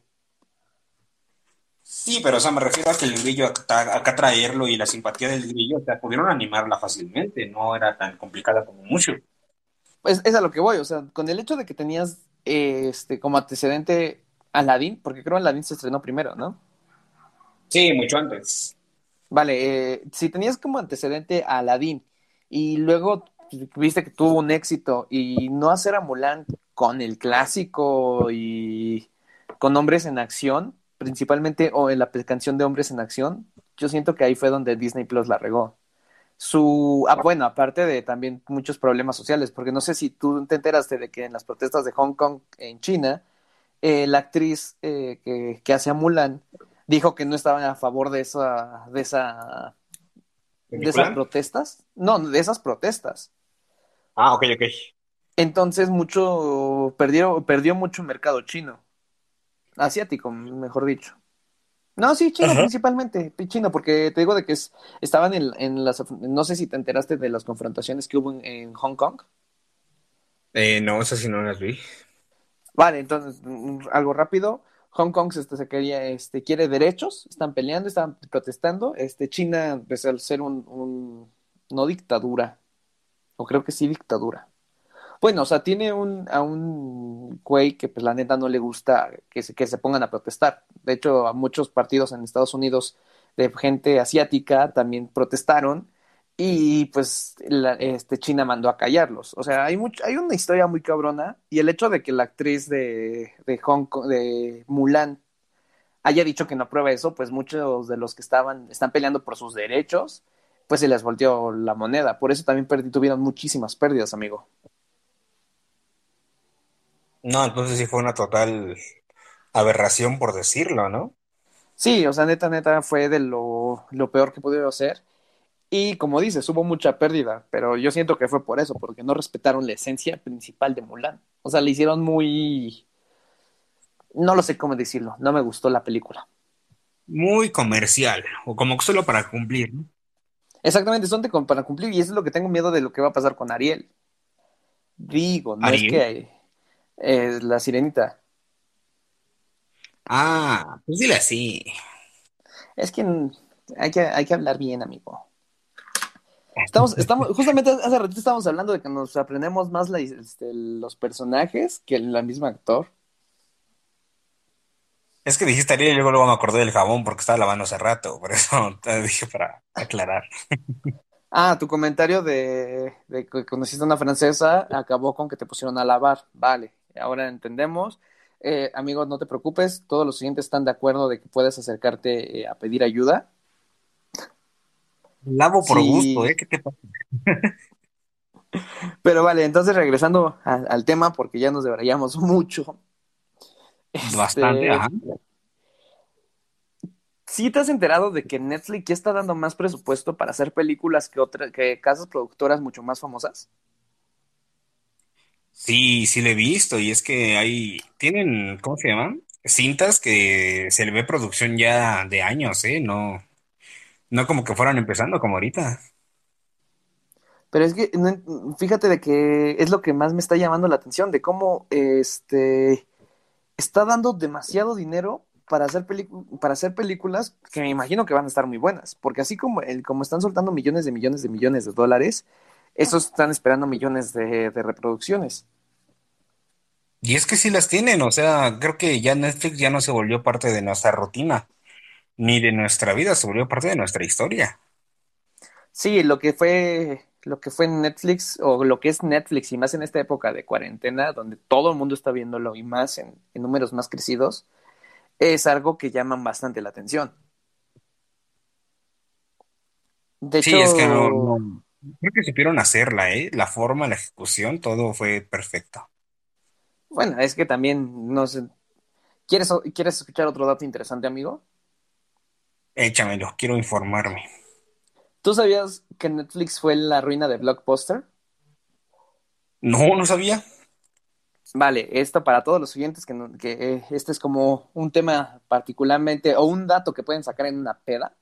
S2: Sí, pero o sea, me refiero a que el grillo, acá, acá traerlo y la simpatía del grillo, o sea, pudieron animarla fácilmente, no era tan complicada como mucho.
S1: Pues es a lo que voy, o sea, con el hecho de que tenías eh, este como antecedente Aladdin, porque creo Aladdin se estrenó primero, ¿no?
S2: Sí, mucho antes.
S1: Vale, eh, si tenías como antecedente a Aladdin y luego viste que tuvo un éxito y no hacer a Mulan con el clásico y con hombres en acción, principalmente o en la canción de hombres en acción, yo siento que ahí fue donde Disney Plus la regó. Su, ah, bueno, aparte de también muchos problemas sociales, porque no sé si tú te enteraste de que en las protestas de Hong Kong en China, eh, la actriz eh, que, que hace a Mulan dijo que no estaba a favor de esa, de esa, de esas
S2: ¿Película?
S1: protestas, no, de esas protestas.
S2: Ah, ok, ok.
S1: Entonces mucho, perdió, perdió mucho mercado chino, asiático, mejor dicho. No, sí, chino
S2: Ajá.
S1: principalmente, chino, porque te digo de que es, estaban en, en las, no sé si te enteraste de las confrontaciones que hubo en, en Hong Kong.
S2: Eh, no, esas sí no las vi.
S1: Vale, entonces, mm, algo rápido. Hong Kong este, se quería, este, quiere derechos, están peleando, están protestando. Este, China, pues al ser un, un- no dictadura, o creo que sí dictadura. Bueno, o sea, tiene un, a un güey que pues la neta no le gusta que se, que se pongan a protestar. De hecho, a muchos partidos en Estados Unidos de gente asiática también protestaron y pues la- este, China mandó a callarlos. O sea, hay, mucho, hay una historia muy cabrona y el hecho de que la actriz de, de Hong Kong, de Mulan, haya dicho que no aprueba eso, pues muchos de los que estaban, están peleando por sus derechos, pues se les volteó la moneda. Por eso también perdi- tuvieron muchísimas pérdidas, amigo.
S2: No, entonces sí fue una total aberración por decirlo, ¿no?
S1: Sí, o sea, neta, neta, fue de lo, lo peor que pudieron hacer. Y como dices, hubo mucha pérdida, pero yo siento que fue por eso, porque no respetaron la esencia principal de Mulan. O sea, le hicieron muy... No lo sé cómo decirlo, no me gustó la película.
S2: Muy comercial, o como que solo para cumplir, ¿no?
S1: Exactamente, son de, para cumplir y eso es lo que tengo miedo de lo que va a pasar con Ariel. Digo, no es
S2: Ariel.
S1: que eh, la sirenita,
S2: Ah, pues dile así.
S1: es que mm, hay que, hay que hablar bien, amigo. Estamos, estamos, justamente hace ratito estábamos hablando de que nos aprendemos más la- este, los personajes que el mismo actor.
S2: Es que dijiste Ariel y luego, luego me acordé del jabón porque estaba lavando hace rato, por eso te dije para aclarar.
S1: Ah, tu comentario de, de que conociste a una francesa acabó con que te pusieron a lavar. Vale, ahora entendemos. Eh, amigo, no te preocupes, todos los siguientes están de acuerdo de que puedes acercarte eh, a pedir ayuda.
S2: Lavo por gusto, ¿eh?
S1: Sí,
S2: ¿Qué te pasa?
S1: pero vale, entonces regresando a- al tema, porque ya nos debrayamos mucho.
S2: Bastante,
S1: Este,
S2: ajá.
S1: ¿sí te has enterado de que Netflix ya está dando más presupuesto para hacer películas que otras, que casas productoras mucho más famosas?
S2: Sí, sí lo he visto, y es que hay, tienen, ¿cómo se llaman? Cintas que se le ve producción ya de años, ¿eh? No, no como que fueran empezando como ahorita.
S1: Pero es que no en- fíjate de que es lo que más me está llamando la atención, de cómo este está dando demasiado dinero para hacer pelicu- para hacer películas que me imagino que van a estar muy buenas, porque así como el, como están soltando millones de millones de millones de dólares, esos están esperando millones de, de reproducciones.
S2: Y es que sí las tienen, o sea, creo que ya Netflix ya no se volvió parte de nuestra rutina, ni de nuestra vida, se volvió parte de nuestra historia.
S1: Sí, lo que fue lo que fue Netflix o lo que es Netflix y más en esta época de cuarentena donde todo el mundo está viéndolo y más en, en números más crecidos, es algo que llaman bastante la atención. De
S2: Sí, es que no,
S1: hecho,
S2: no, creo que supieron hacerla, ¿eh? La forma, la ejecución, todo fue perfecto.
S1: bueno, es que también no sé, ¿quieres, ¿quieres escuchar otro dato interesante, amigo?
S2: Échamelo, quiero informarme.
S1: ¿Tú sabías que Netflix fue la ruina de Blockbuster?
S2: No, no sabía.
S1: Vale, esto para todos los siguientes, que, no- que eh, este es como un tema particularmente, o un dato que pueden sacar en una peda.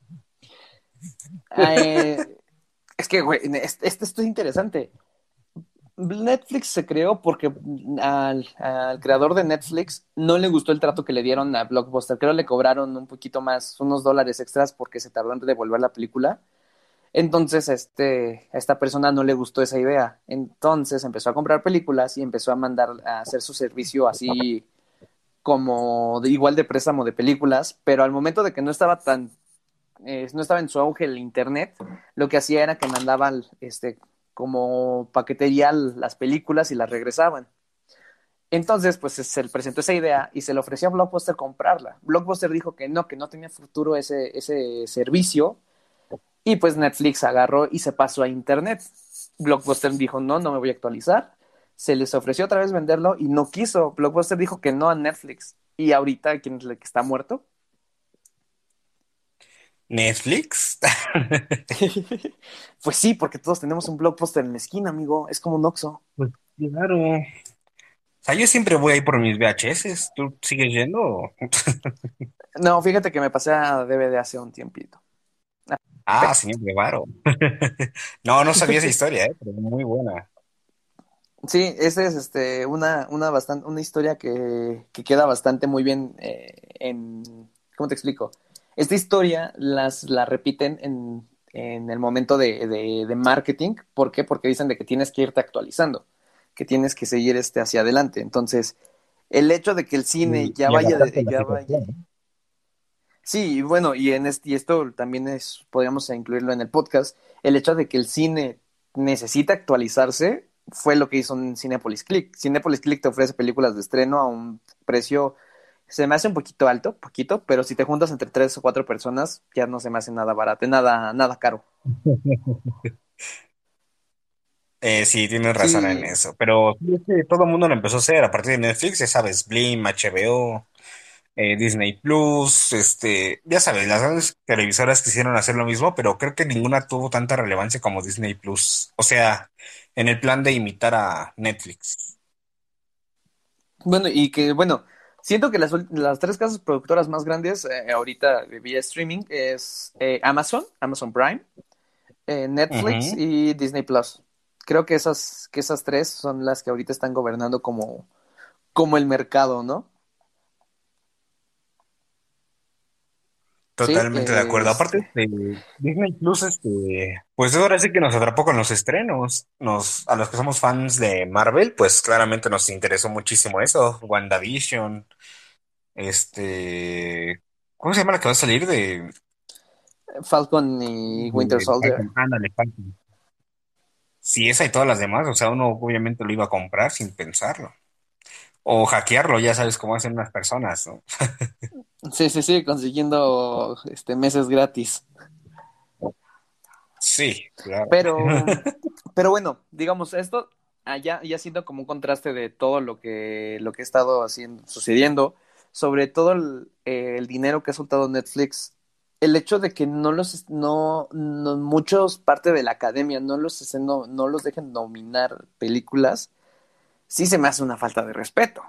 S1: Eh, es que, güey, este, este es interesante. Netflix se creó porque al, al creador de Netflix no le gustó el trato que le dieron a Blockbuster. Creo que le cobraron un poquito más, unos dólares extras porque se tardó en devolver la película. Entonces, este, a esta persona no le gustó esa idea. Entonces empezó a comprar películas y empezó a mandar a hacer su servicio así como de, igual de préstamo de películas, pero al momento de que no estaba tan, eh, no estaba en su auge el internet, lo que hacía era que mandaban este, como paquetería las películas y las regresaban. Entonces, pues se le presentó esa idea y se le ofreció a Blockbuster comprarla. Blockbuster dijo que no, que no tenía futuro ese, ese servicio y pues Netflix agarró y se pasó a Internet. Blockbuster dijo, no, no me voy a actualizar. Se les ofreció otra vez venderlo y no quiso. Blockbuster dijo que no a Netflix. Y ahorita, ¿quién es el que está muerto?
S2: ¿Netflix?
S1: Pues sí, porque todos tenemos un Blockbuster en la esquina, amigo. Es como un Oxxo.
S2: Pues claro. O sea, yo siempre voy ahí por mis V H S. ¿Tú sigues yendo?
S1: No, fíjate que me pasé a D V D hace un tiempito.
S2: Ah, señor Guevara. No, no sabía esa historia, ¿eh? Pero muy buena.
S1: Sí, esa es este, una, una, bastante, una historia que, que queda bastante muy bien eh, en... ¿Cómo te explico? Esta historia las, la repiten en, en el momento de, de, de marketing. ¿Por qué? Porque dicen de que tienes que irte actualizando, que tienes que seguir este hacia adelante. Entonces, el hecho de que el cine
S2: Y,
S1: ya
S2: y
S1: vaya,
S2: adaptarse a
S1: de-
S2: la
S1: ya vaya...
S2: situación, ¿no?
S1: Sí, y bueno, y, en este, y esto también es, podríamos incluirlo en el podcast, el hecho de que el cine necesita actualizarse fue lo que hizo en Cinepolis Click. Cinepolis Click te ofrece películas de estreno a un precio, se me hace un poquito alto, poquito, pero si te juntas entre tres o cuatro personas, ya no se me hace nada barato, nada, nada caro.
S2: Eh, sí, tienes razón en
S1: Sí,
S2: eso. Pero sí, es que todo el mundo lo empezó a hacer a partir de Netflix, ya sabes, Blim, H B O, eh, Disney Plus, este, ya sabes, las grandes televisoras quisieron hacer lo mismo, pero creo que ninguna tuvo tanta relevancia como Disney Plus. O sea, en el plan de imitar a Netflix.
S1: bueno, y que bueno, siento que las, ul- las tres casas productoras más grandes eh, ahorita de vía streaming es eh, Amazon, Amazon Prime, eh, Netflix
S2: Ujú.
S1: y Disney Plus. Creo que esas, que esas tres son las que ahorita están gobernando como, como el mercado, ¿no? Sí,
S2: Totalmente de
S1: eh,
S2: acuerdo. Aparte
S1: este,
S2: de Disney Plus, este, pues ahora sí que nos atrapó con los estrenos. Nos, a los que somos fans de Marvel, pues claramente nos interesó muchísimo eso. WandaVision, este, ¿cómo se llama la que va a salir de,
S1: Falcon y Winter
S2: de
S1: Soldier.
S2: Falcon? Ándale, Falcon. Sí, esa y todas las demás, o sea, uno obviamente lo iba a comprar sin pensarlo. O hackearlo, ya sabes cómo hacen las personas, ¿no?
S1: Sí, sí, sí, consiguiendo este meses gratis.
S2: Sí, claro.
S1: Pero, pero bueno, digamos, esto allá ya siento como un contraste de todo lo que, lo que ha estado haciendo, sucediendo, sobre todo el, eh, el dinero que ha soltado Netflix. El hecho de que no los, no, no muchos parte de la academia no los, estén- no, no los dejen nominar películas, sí se me hace una falta de respeto.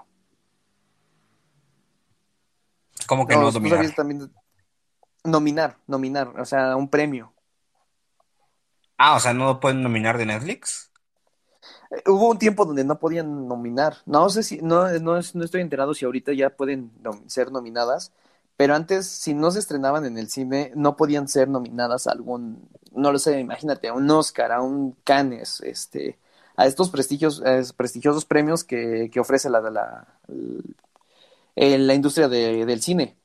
S2: ¿Cómo que
S1: No,
S2: no
S1: tú
S2: dominar?
S1: sabías también nominar, nominar, o sea, un premio.
S2: Ah, o sea, ¿no pueden nominar de Netflix?
S1: Eh, Hubo un tiempo donde no podían nominar. No sé si, no, no, es- no estoy enterado si ahorita ya pueden nom- ser nominadas, pero antes, si no se estrenaban en el cine, no podían ser nominadas a algún, no lo sé, imagínate, a un Oscar, a un Cannes, este, a estos prestigios, eh, prestigiosos premios que, que ofrece la, la, eh, la industria de- del cine.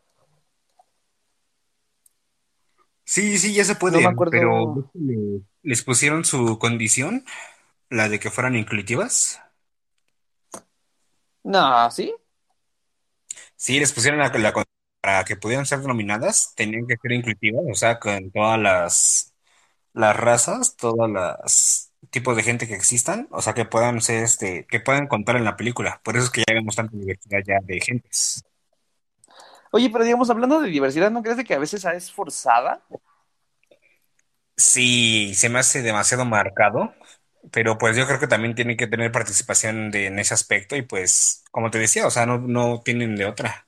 S2: Sí, sí, ya se
S1: No me
S2: puede, pero
S1: acuerdo.
S2: ¿ves que le- les pusieron su condición, la de que fueran inclusivas?
S1: No, ¿sí?
S2: Sí, les pusieron la, la con- para que pudieran ser nominadas, tenían que ser inclusivas, o sea, con todas las, las razas, todas las tipos de gente que existan, o sea, que puedan ser, este, que puedan contar en la película. Por eso es que ya vemos tanta diversidad ya de gentes.
S1: Oye, pero digamos, hablando de diversidad, ¿no crees de que a veces es forzada?
S2: Sí, se me hace demasiado marcado, pero pues yo creo que también tienen que tener participación de, en ese aspecto y pues, como te decía, o sea, no, no tienen de otra.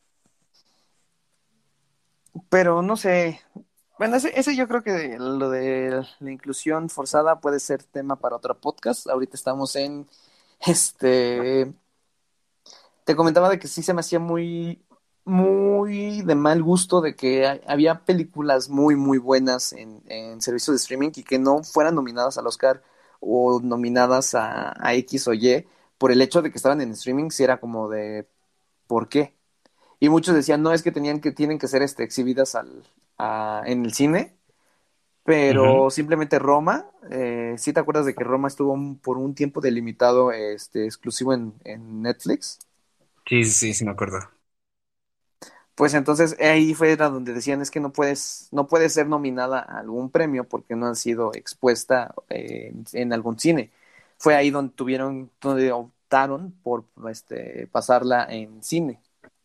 S1: Pero no sé. Bueno, ese, ese yo creo que lo de la inclusión forzada puede ser tema para otro podcast. Ahorita estamos en, este, te comentaba de que sí se me hacía muy, muy de mal gusto de que ha- había películas muy, muy buenas en, en servicios de streaming y que no fueran nominadas al Oscar o nominadas a, a X o Y por el hecho de que estaban en streaming, si era como de, ¿por qué? Y muchos decían, no, es que tenían que, tienen que ser este, exhibidas al, a- en el cine,
S2: Ujú.
S1: pero simplemente Roma, eh, ¿sí te acuerdas de que Roma estuvo un- por un tiempo delimitado, este, exclusivo en, en Netflix?
S2: Sí, sí, sí, sí me acuerdo.
S1: Pues entonces ahí fue era donde decían es que no puedes, no puedes ser nominada a algún premio porque no ha sido expuesta eh, en, en algún cine. Fue ahí donde tuvieron, donde optaron por este, pasarla en cine.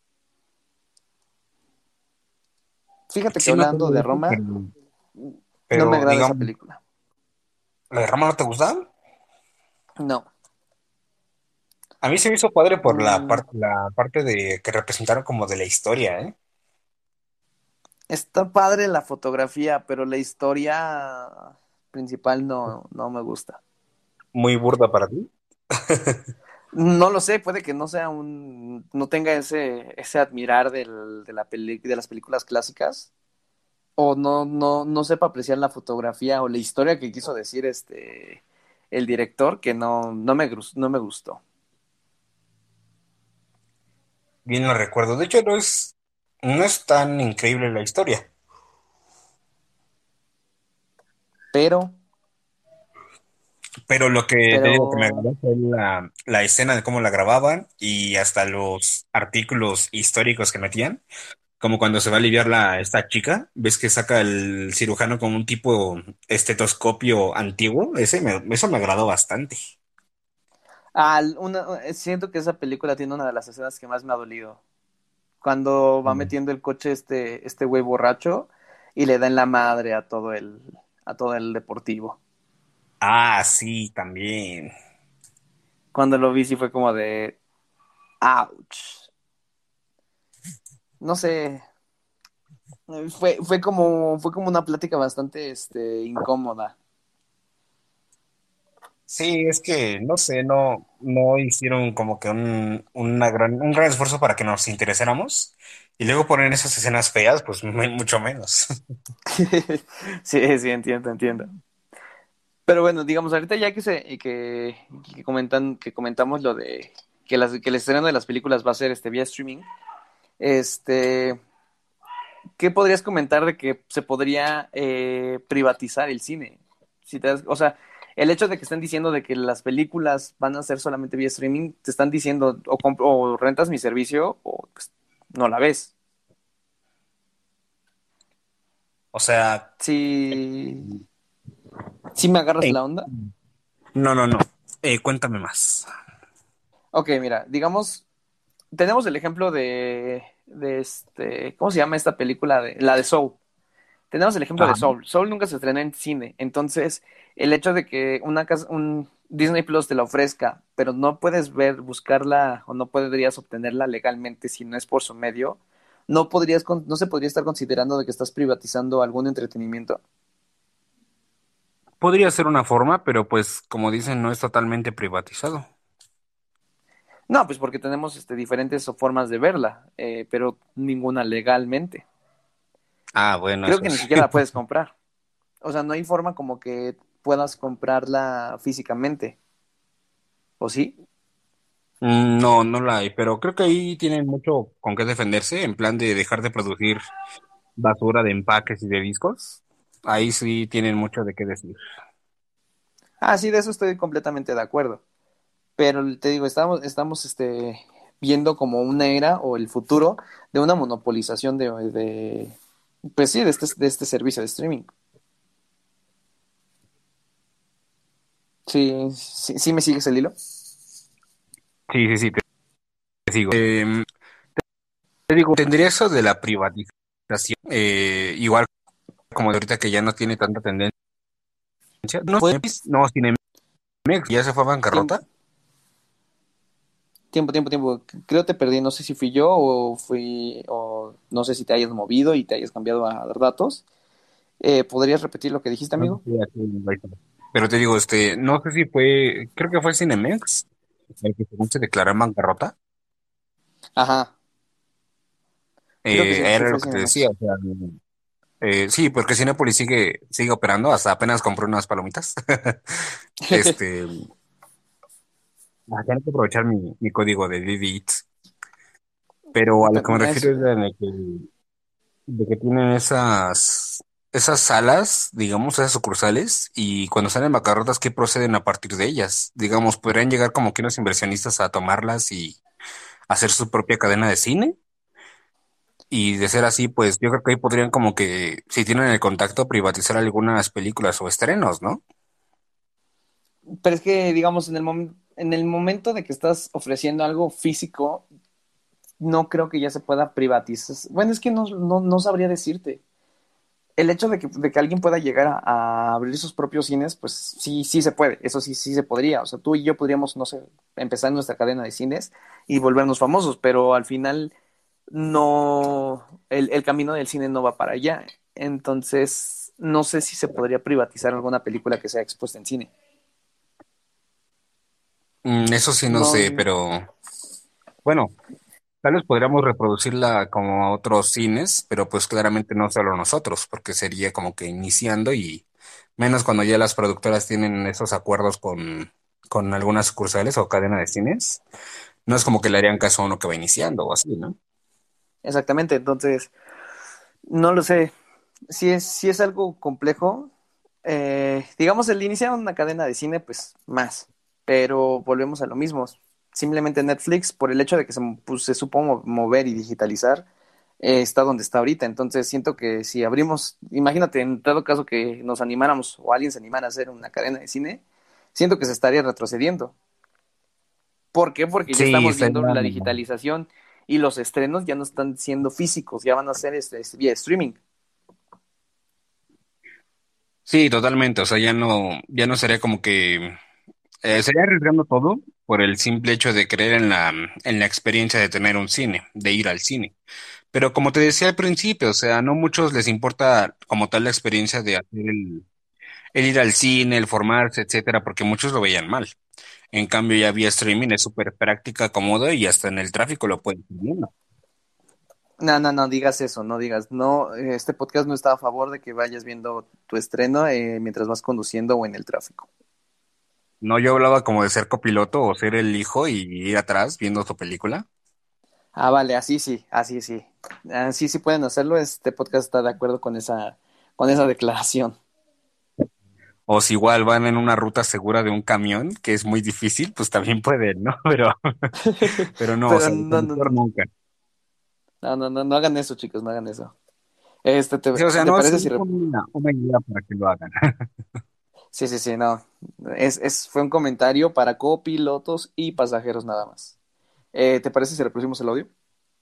S1: Fíjate que
S2: Sí me acuerdo
S1: hablando
S2: de
S1: de
S2: eso, pero,
S1: Roma, no me
S2: pero
S1: agrada esa
S2: digamos,
S1: película.
S2: ¿la de Roma no te gusta?
S1: No.
S2: A mí se me hizo padre por la
S1: Mm,
S2: parte, la parte de que representaron como de la historia, ¿eh?
S1: está padre la fotografía, pero la historia principal no, no me gusta.
S2: Muy burda para ti.
S1: No lo sé, puede que no sea un, no tenga ese, ese admirar del, de la peli- de las películas clásicas, o no, no, no sepa apreciar la fotografía o la historia que quiso decir este el director, que no, no me, grus- no me gustó.
S2: Bien lo recuerdo. De hecho, no es, no es tan increíble la historia.
S1: Pero,
S2: Pero lo que te digo que me
S1: pero,
S2: agradó fue la, la escena de cómo la grababan y hasta los artículos históricos que metían. Como cuando se va a aliviar la, esta chica, ves que saca el cirujano con un tipo estetoscopio antiguo. Ese me- eso me agradó bastante.
S1: al, una, siento que esa película tiene una de las escenas que más me ha dolido. Cuando va
S2: Mm.
S1: metiendo el coche este, este güey borracho y le da en la madre a todo el, a todo el deportivo.
S2: Ah, sí, también.
S1: Cuando lo vi sí fue como de, ouch. No sé, fue, fue como, fue como una plática bastante, este, incómoda.
S2: Sí, es que no sé, no, no hicieron como que un, una gran, un gran esfuerzo para que nos interesáramos. Y luego poner esas escenas feas, pues mu- mucho menos.
S1: Sí, sí, entiendo, entiendo. Pero bueno, digamos, ahorita ya que se, que, que comentan, que comentamos lo de que las, que el estreno de las películas va a ser este vía streaming, este, ¿qué podrías comentar de que se podría eh, privatizar el cine? Si te das- o sea, El hecho de que estén diciendo de que las películas van a ser solamente vía streaming, te están diciendo o, comp- o rentas mi servicio o pues, no la ves.
S2: O sea,
S1: Sí, sí me agarras
S2: eh,
S1: la onda.
S2: no, no, no. Eh, cuéntame más.
S1: Ok, mira, digamos, tenemos el ejemplo de, de este, ¿cómo se llama esta película? De, la de Soul. Tenemos el ejemplo de
S2: Ajá.
S1: Soul. Soul nunca se estrenó en cine. Entonces, el hecho de que una casa, un Disney Plus te la ofrezca, pero no puedes ver, buscarla o no podrías obtenerla legalmente si no es por su medio, no podrías, con- no se podría estar considerando de que estás privatizando algún entretenimiento.
S2: Podría ser una forma, pero pues como dicen, no es totalmente privatizado.
S1: No, pues porque tenemos este, diferentes formas de verla, eh, pero ninguna legalmente.
S2: Ah, bueno,
S1: Creo
S2: eso
S1: que ni
S2: sí.
S1: siquiera la puedes comprar. O sea, no hay forma como que puedas comprarla físicamente. ¿O sí?
S2: Mm, No, no la hay, pero creo que ahí tienen mucho con qué defenderse, en plan de dejar de producir basura de empaques y de discos. Ahí sí tienen mucho de qué decir.
S1: Ah, sí, de eso estoy completamente de acuerdo. Pero te digo, estamos, estamos este, viendo como una era o el futuro de una monopolización de, de pues sí, de este, de este servicio de streaming. Sí, sí, sí me sigues el hilo.
S2: Sí, sí, sí, te sigo. Em, te digo, tendría eso de la privatización, eh, igual como de ahorita que ya no tiene tanta tendencia. No, pues, no, Cinemex ya se fue a bancarrota.
S1: Tiempo, tiempo, tiempo, tiempo. Creo te perdí, no sé si fui yo o fui, o no sé si te hayas movido y te hayas cambiado a datos. Eh, ¿podrías repetir lo que dijiste,
S2: No, no
S1: amigo?
S2: estoy aquí en la historia. Pero te digo, este, no sé si fue, creo que fue Cinemex el que según se declaró en bancarrota.
S1: Ajá, creo que
S2: Eh,
S1: sí, sí
S2: era lo
S1: fue
S2: que te decía,
S1: Cinemex.
S2: o sea, eh, sí, porque Cinépolis sigue, sigue operando, hasta apenas compré unas palomitas. Este, ah, tengo que aprovechar mi, mi código de Didi Eats. Pero a lo que me
S1: Es-
S2: refiero es de que, de que tienen esas, esas salas, digamos, esas sucursales, y cuando salen bancarrotas, ¿qué proceden a partir de ellas? Digamos, podrían llegar como que unos inversionistas a tomarlas y hacer su propia cadena de cine. Y de ser así, pues yo creo que ahí podrían como que, si tienen el contacto, privatizar algunas películas o estrenos, ¿no?
S1: pero es que, digamos, en el, mom- en el momento de que estás ofreciendo algo físico, no creo que ya se pueda privatizar. Bueno, es que no, no, no sabría decirte. El hecho de que, de que alguien pueda llegar a, a abrir sus propios cines, pues sí, sí se puede. Eso sí, sí se podría. O sea, tú y yo podríamos, no sé, empezar nuestra cadena de cines y volvernos famosos, pero al final no, el, el camino del cine no va para allá. Entonces, no sé si se podría privatizar alguna película que sea expuesta en cine.
S2: Mm, eso sí no
S1: No,
S2: sé, pero bueno, tal vez podríamos reproducirla como a otros cines, pero pues claramente no solo nosotros, porque sería como que iniciando y menos cuando ya las productoras tienen esos acuerdos con, con algunas sucursales o cadena de cines. No es como que le harían caso a uno que va iniciando o así, ¿no?
S1: exactamente. Entonces, no lo sé. Si es, si es algo complejo, eh, digamos, el iniciar una cadena de cine, pues más. Pero volvemos a lo mismo. Simplemente Netflix, por el hecho de que se, pues, se supo mo- mover y digitalizar, eh, está donde está ahorita. Entonces siento que si abrimos, imagínate en todo caso que nos animáramos o alguien se animara a hacer una cadena de cine, siento que se estaría retrocediendo. ¿Por qué? Porque ya
S2: Sí,
S1: estamos
S2: estaría.
S1: viendo la digitalización y los estrenos ya no están siendo físicos, ya van a ser este, vía streaming.
S2: Sí, totalmente. O sea, ya no, ya no sería como que eh, sería arriesgando todo por el simple hecho de creer en la, en la experiencia de tener un cine, de ir al cine. Pero como te decía al principio, o sea, no muchos les importa como tal la experiencia de hacer el, el ir al cine, el formarse, etcétera, porque muchos lo veían mal. En cambio, ya vía streaming es súper práctica, cómoda y hasta en el tráfico lo pueden hacer uno.
S1: No, no, no digas eso, no digas, no, eh, este podcast no está a favor de que vayas viendo tu estreno eh, mientras vas conduciendo o en el tráfico.
S2: No, yo hablaba como de ser copiloto o ser el hijo y ir atrás viendo tu película.
S1: Ah, vale, así sí, así sí. Así sí pueden hacerlo, este podcast está de acuerdo con esa, con esa declaración.
S2: O si igual van en una ruta segura de un camión, que es muy difícil, pues también pueden, ¿no? Pero, pero no, o
S1: Pero
S2: sea, el
S1: no, no,
S2: conductor
S1: no,
S2: nunca.
S1: no, no, no, no hagan eso, chicos, no hagan eso. Este, ¿te,
S2: Sí, o sea,
S1: te
S2: no es
S1: parece si... rep-
S2: una, una idea para que lo hagan.
S1: Sí, sí, sí, no. Es, es, fue un comentario para copilotos y pasajeros nada más. Eh, ¿te parece si reproducimos el audio?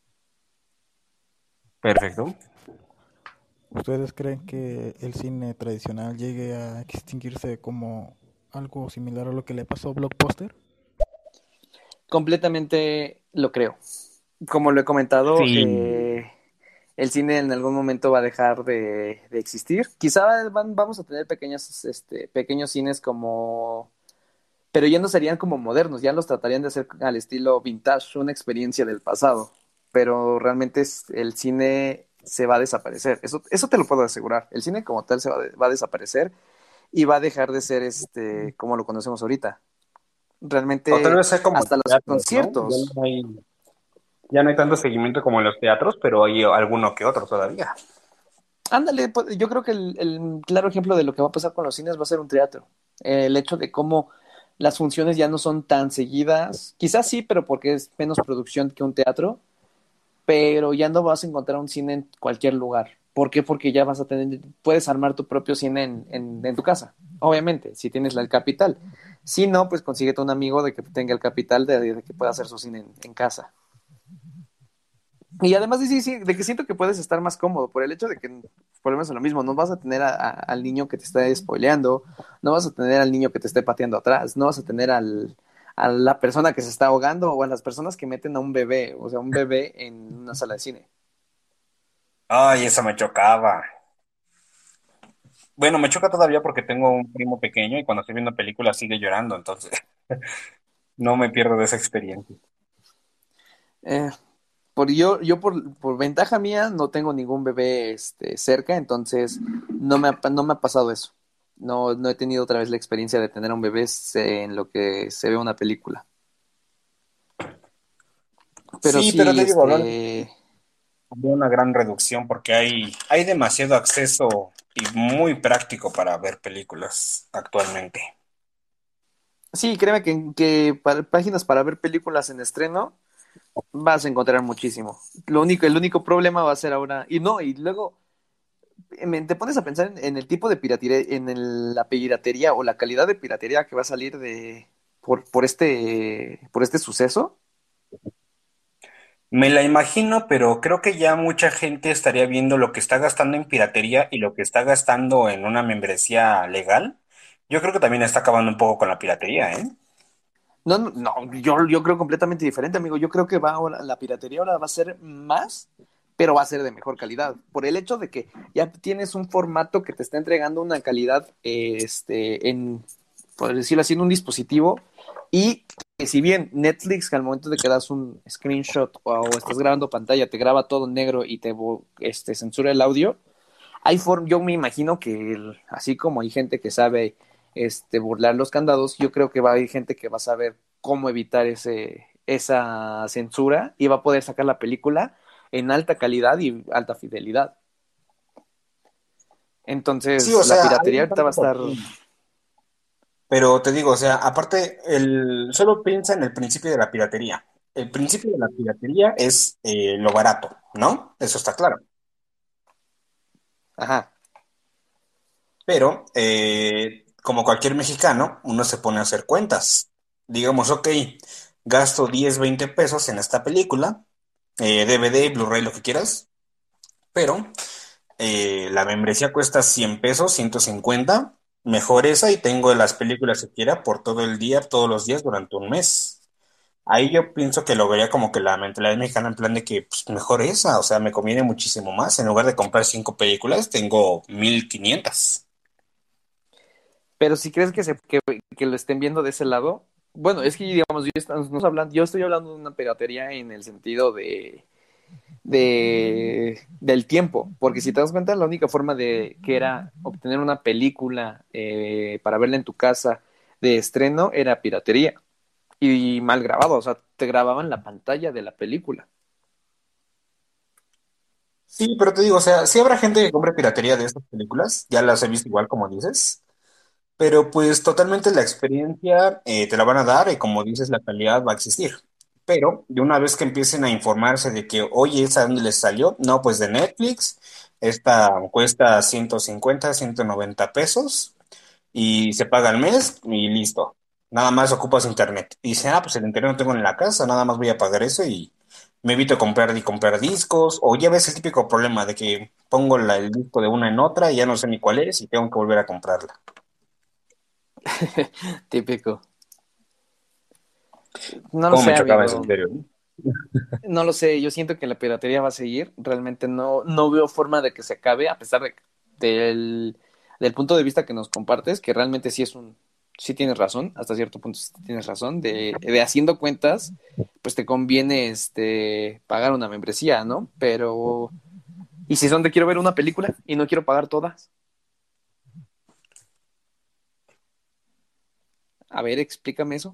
S2: Perfecto.
S8: ¿Ustedes creen que el cine tradicional llegue a extinguirse como algo similar a lo que le pasó a Blockbuster?
S1: Completamente lo creo. Como lo he comentado,
S2: Sí,
S1: eh, el cine en algún momento va a dejar de, de existir. Quizá van- vamos a tener pequeños, este, pequeños cines como... Pero ya no serían como modernos, ya los tratarían de hacer al estilo vintage, una experiencia del pasado. Pero realmente es- el cine se va a desaparecer. Eso, eso te lo puedo asegurar. El cine como tal se va, a de- va a desaparecer y va a dejar de ser este como lo conocemos ahorita.
S2: o tal
S1: Realmente
S2: vez sea como
S1: hasta los
S2: teatros, ¿no? Ya
S1: conciertos.
S2: no hay, ya no hay tanto seguimiento como en los teatros, pero hay alguno que otro todavía.
S1: Ándale, pues, yo creo que el, el claro ejemplo de lo que va a pasar con los cines va a ser un teatro. Eh, el hecho de cómo las funciones ya no son tan seguidas, quizás sí, pero porque es menos producción que un teatro, pero ya no vas a encontrar un cine en cualquier lugar. ¿Por qué? Porque ya vas a tener, puedes armar tu propio cine en, en, en tu casa, obviamente, si tienes la- el capital. Si no, pues consíguete un amigo de que tenga el capital de, de que pueda hacer su cine en, en casa. Y además de, sí, sí, de que siento que puedes estar más cómodo por el hecho de que, por lo menos lo mismo, no vas a tener a- a- al niño que te esté spoileando, no vas a tener al niño que te esté pateando atrás, no vas a tener al, a la persona que se está ahogando o a las personas que meten a un bebé, o sea, un bebé en una sala de cine.
S2: Ay, eso me chocaba. Bueno, me choca todavía porque tengo un primo pequeño y cuando estoy viendo películas sigue llorando, entonces no me pierdo de esa experiencia.
S1: Eh, por yo, yo por, por ventaja mía no tengo ningún bebé este, cerca, entonces no me ha, no me ha pasado eso. No, no he tenido otra vez la experiencia de tener a un bebé se- en lo que se ve una película. Pero
S2: Sí, pero
S1: sí,
S2: te digo, hablar
S1: este,
S2: de una gran reducción porque hay, hay demasiado acceso y muy práctico para ver películas actualmente.
S1: sí, créeme que, que para, páginas para ver películas en estreno vas a encontrar muchísimo. Lo único, el único problema va a ser ahora, y no, y luego em, te pones a pensar en, en el tipo de piratería, en el- la piratería o la calidad de piratería que va a salir de por, por este, por este suceso.
S2: Me la imagino, pero creo que ya mucha gente estaría viendo lo que está gastando en piratería y lo que está gastando en una membresía legal. Yo creo que también está acabando un poco con la piratería, ¿eh?
S1: No, no, no, yo, yo creo completamente diferente, amigo. Yo creo que va ahora, la piratería ahora va a ser más, pero va a ser de mejor calidad. Por el hecho de que ya tienes un formato que te está entregando una calidad, eh, este, en, por decirlo así, en un dispositivo. Y que si bien Netflix, que al momento de que das un screenshot o, o estás grabando pantalla, te graba todo en negro y te este, censura el audio, hay form, yo me imagino que el- así como hay gente que sabe este, burlar los candados, yo creo que va a haber gente que va a saber cómo evitar ese, esa censura y va a poder sacar la película en alta calidad y alta fidelidad.
S2: Sí, o
S1: Entonces, la
S2: sea, hay
S1: piratería ahorita va a
S2: bastantes
S1: estar...
S2: opciones. Pero te digo, o sea, aparte, el, solo piensa en el principio de la piratería. El principio de la piratería es eh, lo barato, ¿no? Eso está claro.
S1: Ajá.
S2: Pero, eh, como cualquier mexicano, uno se pone a hacer cuentas. Digamos, ok, gasto diez, veinte pesos en esta película, eh, D V D, Blu-ray, lo que quieras, pero eh, la membresía cuesta cien pesos, ciento cincuenta. Mejor esa y tengo las películas que quiera por todo el día, todos los días durante un mes. Ahí yo pienso que lo vería como que la mentalidad mexicana en plan de que pues, mejor esa, o sea, me conviene muchísimo más. En lugar de comprar cinco películas, tengo mil quinientas.
S1: Pero si crees que, se, que, que lo estén viendo de ese lado, bueno, es que digamos, yo, estamos hablando, yo estoy hablando de una piratería en el sentido de de, del tiempo, porque si te das cuenta, la única forma de que era obtener una película eh, para verla en tu casa de estreno era piratería y mal grabado, o sea, te grababan la pantalla de la película.
S2: Sí, pero te digo, o sea, sí habrá gente que compre piratería de estas películas, ya las he visto igual como dices, Pero pues totalmente la experiencia eh, te la van a dar y como dices, la calidad va a existir. Pero de una vez que empiecen a informarse de que, oye, ¿esa dónde les salió? No, pues de Netflix, esta cuesta ciento cincuenta ciento noventa pesos y se paga al mes y listo. Nada más ocupas internet. Y dice, ah, pues el internet no tengo en la casa, nada más voy a pagar eso y me evito comprar y comprar discos. O ya ves el típico problema de que pongo la- el disco de una en otra y ya no sé ni cuál es y tengo que volver a comprarla.
S1: Típico. No lo
S2: ¿Cómo
S1: sé,
S2: me chocaba eso,
S1: amigo.
S2: en serio? ¿Eh?
S1: No lo sé. Yo siento que la piratería va a seguir. Realmente no, no veo forma de que se acabe, a pesar de, del, del punto de vista que nos compartes, que realmente sí es un, sí tienes razón, hasta cierto punto sí tienes razón, de, de haciendo cuentas, pues te conviene este pagar una membresía, ¿no? Pero, ¿y si son de quiero ver una película y no quiero pagar todas? A ver, explícame eso.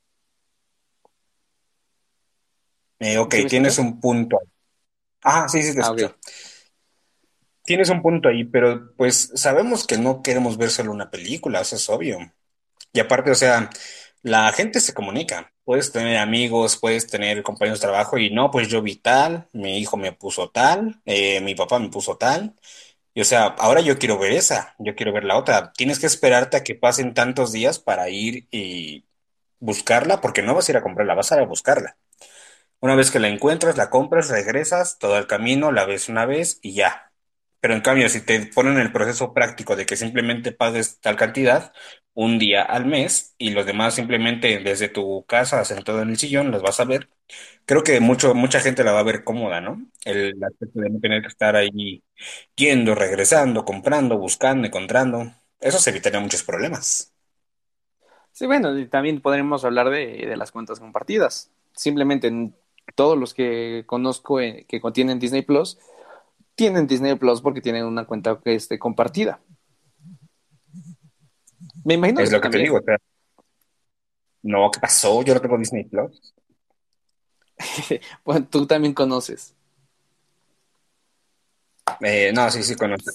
S2: Eh, ok,
S1: ¿Sí me
S2: tienes
S1: escuchas?
S2: un punto ahí. Ah, sí, sí, te
S1: Ah, ok.
S2: escucho. Tienes un punto ahí, pero pues sabemos que no queremos ver solo una película, eso es obvio. Y aparte, o sea, la gente se comunica. Puedes tener amigos, puedes tener compañeros de trabajo y no, pues yo vi tal, mi hijo me puso tal, eh, mi papá me puso tal. Y o sea, ahora yo quiero ver esa, yo quiero ver la otra. Tienes que esperarte a que pasen tantos días para ir y buscarla, porque no vas a ir a comprarla, vas a ir a buscarla. Una vez que la encuentras, la compras, regresas todo el camino, la ves una vez y ya. Pero en cambio, si te ponen el proceso práctico de que simplemente pagues tal cantidad un día al mes y los demás simplemente desde tu casa sentado en el sillón las vas a ver, creo que mucho, mucha gente la va a ver cómoda, ¿no? El aspecto de no tener que estar ahí yendo, regresando, comprando, buscando, encontrando. Eso se evitaría muchos problemas.
S1: Sí, bueno, y también podremos hablar de, de las cuentas compartidas. Simplemente en todos los que conozco eh, que contienen Disney Plus, tienen Disney Plus porque tienen una cuenta que esté compartida. Me imagino que
S2: Es
S1: tú
S2: lo que te
S1: también.
S2: digo, o sea, no, ¿qué pasó? Yo no tengo Disney Plus.
S1: Bueno, tú también conoces.
S2: Eh, no, sí, sí conozco.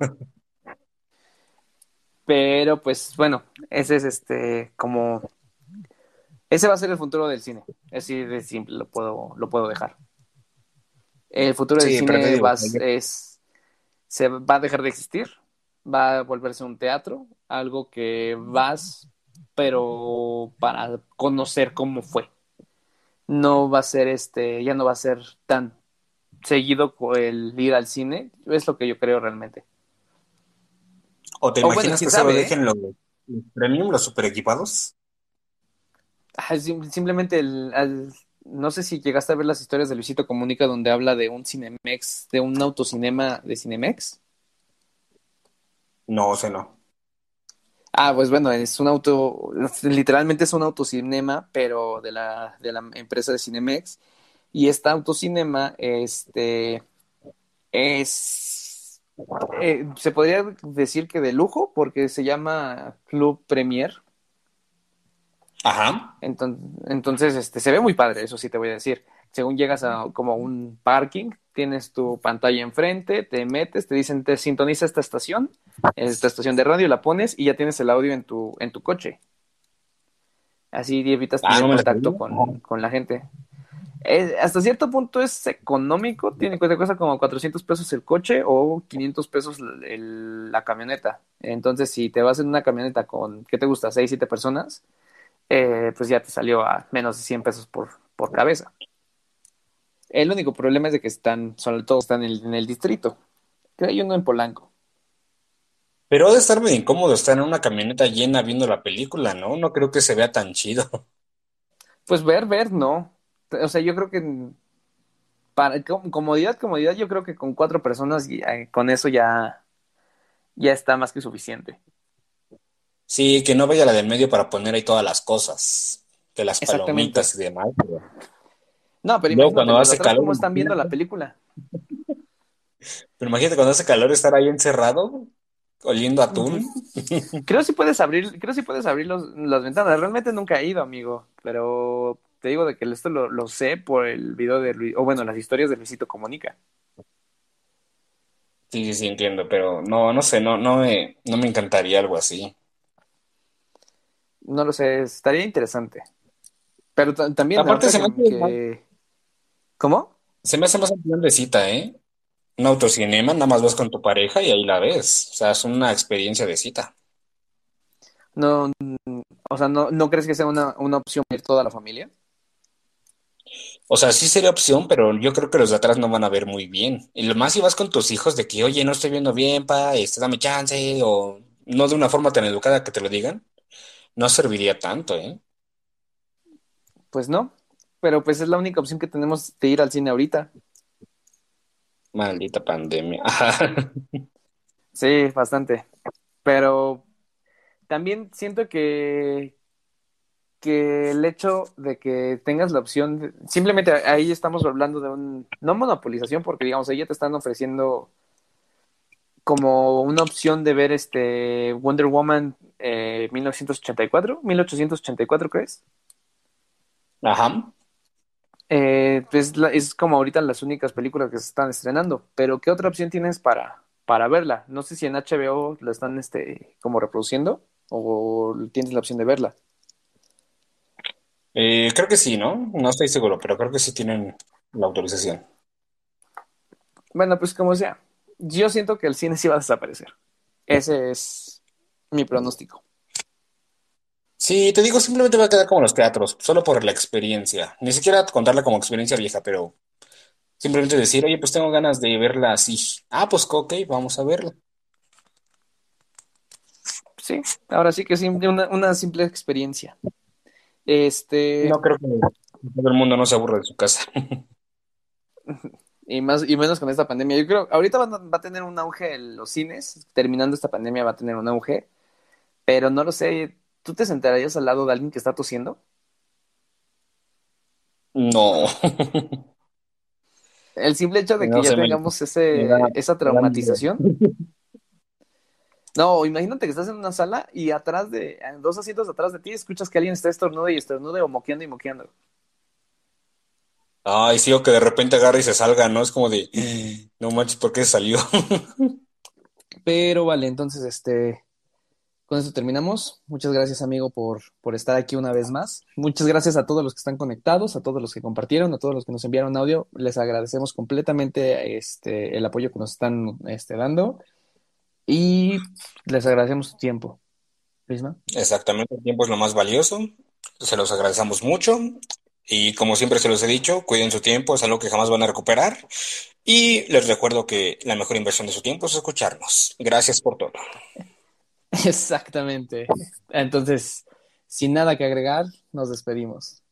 S1: Pero pues bueno, ese es este como ese va a ser el futuro del cine. Así de simple lo puedo lo puedo dejar. El futuro del
S2: Sí, pero te
S1: cine
S2: digo, o
S1: va,
S2: sea, yo-
S1: es se va a dejar de existir, va a volverse un teatro, algo que vas, pero para conocer cómo fue. No va a ser este, ya no va a ser tan seguido el ir al cine, es lo que yo creo realmente.
S2: ¿o te
S1: O bueno,
S2: imaginas
S1: quién
S2: que solo
S1: sabe, ¿eh?
S2: dejen los, los premium, los super equipados?
S1: Ah, sim- simplemente el, al- no sé si llegaste a ver las historias de Luisito Comunica donde habla de un Cinemex, de un autocinema de Cinemex.
S2: No, o sea, no.
S1: Ah, pues bueno, es un auto, literalmente es un autocinema, pero de la, de la empresa de Cinemex. Y este autocinema, este, es, eh, se podría decir que de lujo, porque se llama Club Premier.
S2: Ajá.
S1: Entonces, entonces, este, se ve muy padre, eso sí te voy a decir. Según llegas a como un parking, tienes tu pantalla enfrente, te metes, te dicen, te sintoniza esta estación, esta estación de radio, la pones y ya tienes el audio en tu, en tu coche. Así evitas
S2: Ah,
S1: tener
S2: no me la
S1: contacto
S2: sabía. Ajá.
S1: con, con la gente. Eh, hasta cierto punto es económico, tiene, te cuesta como cuatrocientos pesos el coche o quinientos pesos el- la camioneta. Entonces, si te vas en una camioneta con, ¿qué te gusta? Seis siete personas, eh, pues ya te salió a menos de cien pesos por, por cabeza. El único problema es de que están, sobre todo están en el, en el distrito. Que hay uno en Polanco.
S2: Pero ha de estar medio incómodo estar en una camioneta llena viendo la película, ¿no? No creo que se vea tan chido.
S1: Pues ver, ver, no. O sea, yo creo que para com- comodidad, comodidad, yo creo que con cuatro personas y, eh, con eso ya, ya está más que suficiente.
S2: Sí, que no vaya la del medio para poner ahí todas las cosas, que las
S1: Exactamente.
S2: palomitas y demás. Pero
S1: No, pero
S2: luego
S1: imagínate
S2: cuando
S1: los de
S2: hace
S1: atrás
S2: calor,
S1: cómo están viendo la
S2: imagínate.
S1: película.
S2: Pero imagínate cuando hace calor estar ahí encerrado, oliendo atún.
S1: Creo si puedes abrir, creo si puedes abrir los, las ventanas. Realmente nunca he ido, amigo, pero te digo de que esto lo, lo sé por el video de Luis, o bueno, las historias de Luisito Comunica.
S2: Sí, sí, sí, entiendo, pero no, no sé, no, no me, no me encantaría algo así.
S1: No lo sé, estaría interesante. Pero ta- también
S2: Aparte
S1: ahorita
S2: se me
S1: que,
S2: hace más,
S1: que... ¿Cómo?
S2: se me hace más un plan de cita, ¿eh? Un autocinema, nada más vas con tu pareja y ahí la ves. O sea, es una experiencia de cita.
S1: No, mm, o sea, ¿no, no crees que sea una, una opción ir toda la familia?
S2: O sea, sí sería opción, pero yo creo que los de atrás no van a ver muy bien. Y lo más si vas con tus hijos de que, oye, no estoy viendo bien, pa, este, dame chance, o no de una forma tan educada que te lo digan, no serviría tanto, ¿eh?
S1: Pues no, pero pues es la única opción que tenemos de ir al cine ahorita.
S2: Maldita pandemia.
S1: Sí, bastante. Pero también siento que, que el hecho de que tengas la opción, de- simplemente ahí estamos hablando de un, no monopolización, porque digamos, ahí ya te están ofreciendo como una opción de ver este Wonder Woman eh, mil novecientos ochenta y cuatro, mil ochocientos ochenta y cuatro, ¿crees?
S2: Ajá.
S1: Eh, pues la- es como ahorita las únicas películas que se están estrenando, pero ¿qué otra opción tienes para, para verla? No sé si en H B O la están este, como reproduciendo o tienes la opción de verla.
S2: Eh, creo que sí, ¿no? No estoy seguro, pero creo que sí tienen la autorización.
S1: Bueno, pues como sea, yo siento que el cine sí va a desaparecer. Ese es mi pronóstico.
S2: Sí, te digo, simplemente va a quedar como los teatros, solo por la experiencia. Ni siquiera contarla como experiencia vieja, pero simplemente decir, oye, pues tengo ganas de verla así. Ah, pues ok, vamos a verla.
S1: Sí, ahora sí que sí, una, una simple experiencia. Este,
S2: No creo que todo el mundo no se aburra de su casa.
S1: y más, y menos con esta pandemia. Yo creo, ahorita va, va a tener un auge en los cines, terminando esta pandemia va a tener un auge, pero no lo sé, ¿tú te sentarías al lado de alguien que está tosiendo?
S2: No,
S1: El simple hecho de que
S2: no
S1: ya
S2: sé, me,
S1: tengamos
S2: me da,
S1: ese, esa
S2: me da miedo.
S1: traumatización. No, imagínate que estás en una sala y atrás de, en dos asientos atrás de ti, escuchas que alguien está estornudo y estornude o moqueando y moqueando.
S2: Ay, sí, o que de repente agarre y se salga, ¿no? Es como de, no manches, ¿por qué se salió?
S1: Pero vale, entonces, este, con eso terminamos. Muchas gracias, amigo, por, por estar aquí una vez más. Muchas gracias a todos los que están conectados, a todos los que compartieron, a todos los que nos enviaron audio. Les agradecemos completamente este, el apoyo que nos están este, dando y les agradecemos su tiempo. Prisma.
S2: Exactamente, el tiempo es lo más valioso. Se los agradecemos mucho. Y como siempre se los he dicho, cuiden su tiempo, es algo que jamás van a recuperar. Y les recuerdo que la mejor inversión de su tiempo es escucharnos. Gracias por todo.
S1: Exactamente. Entonces, sin nada que agregar, nos despedimos.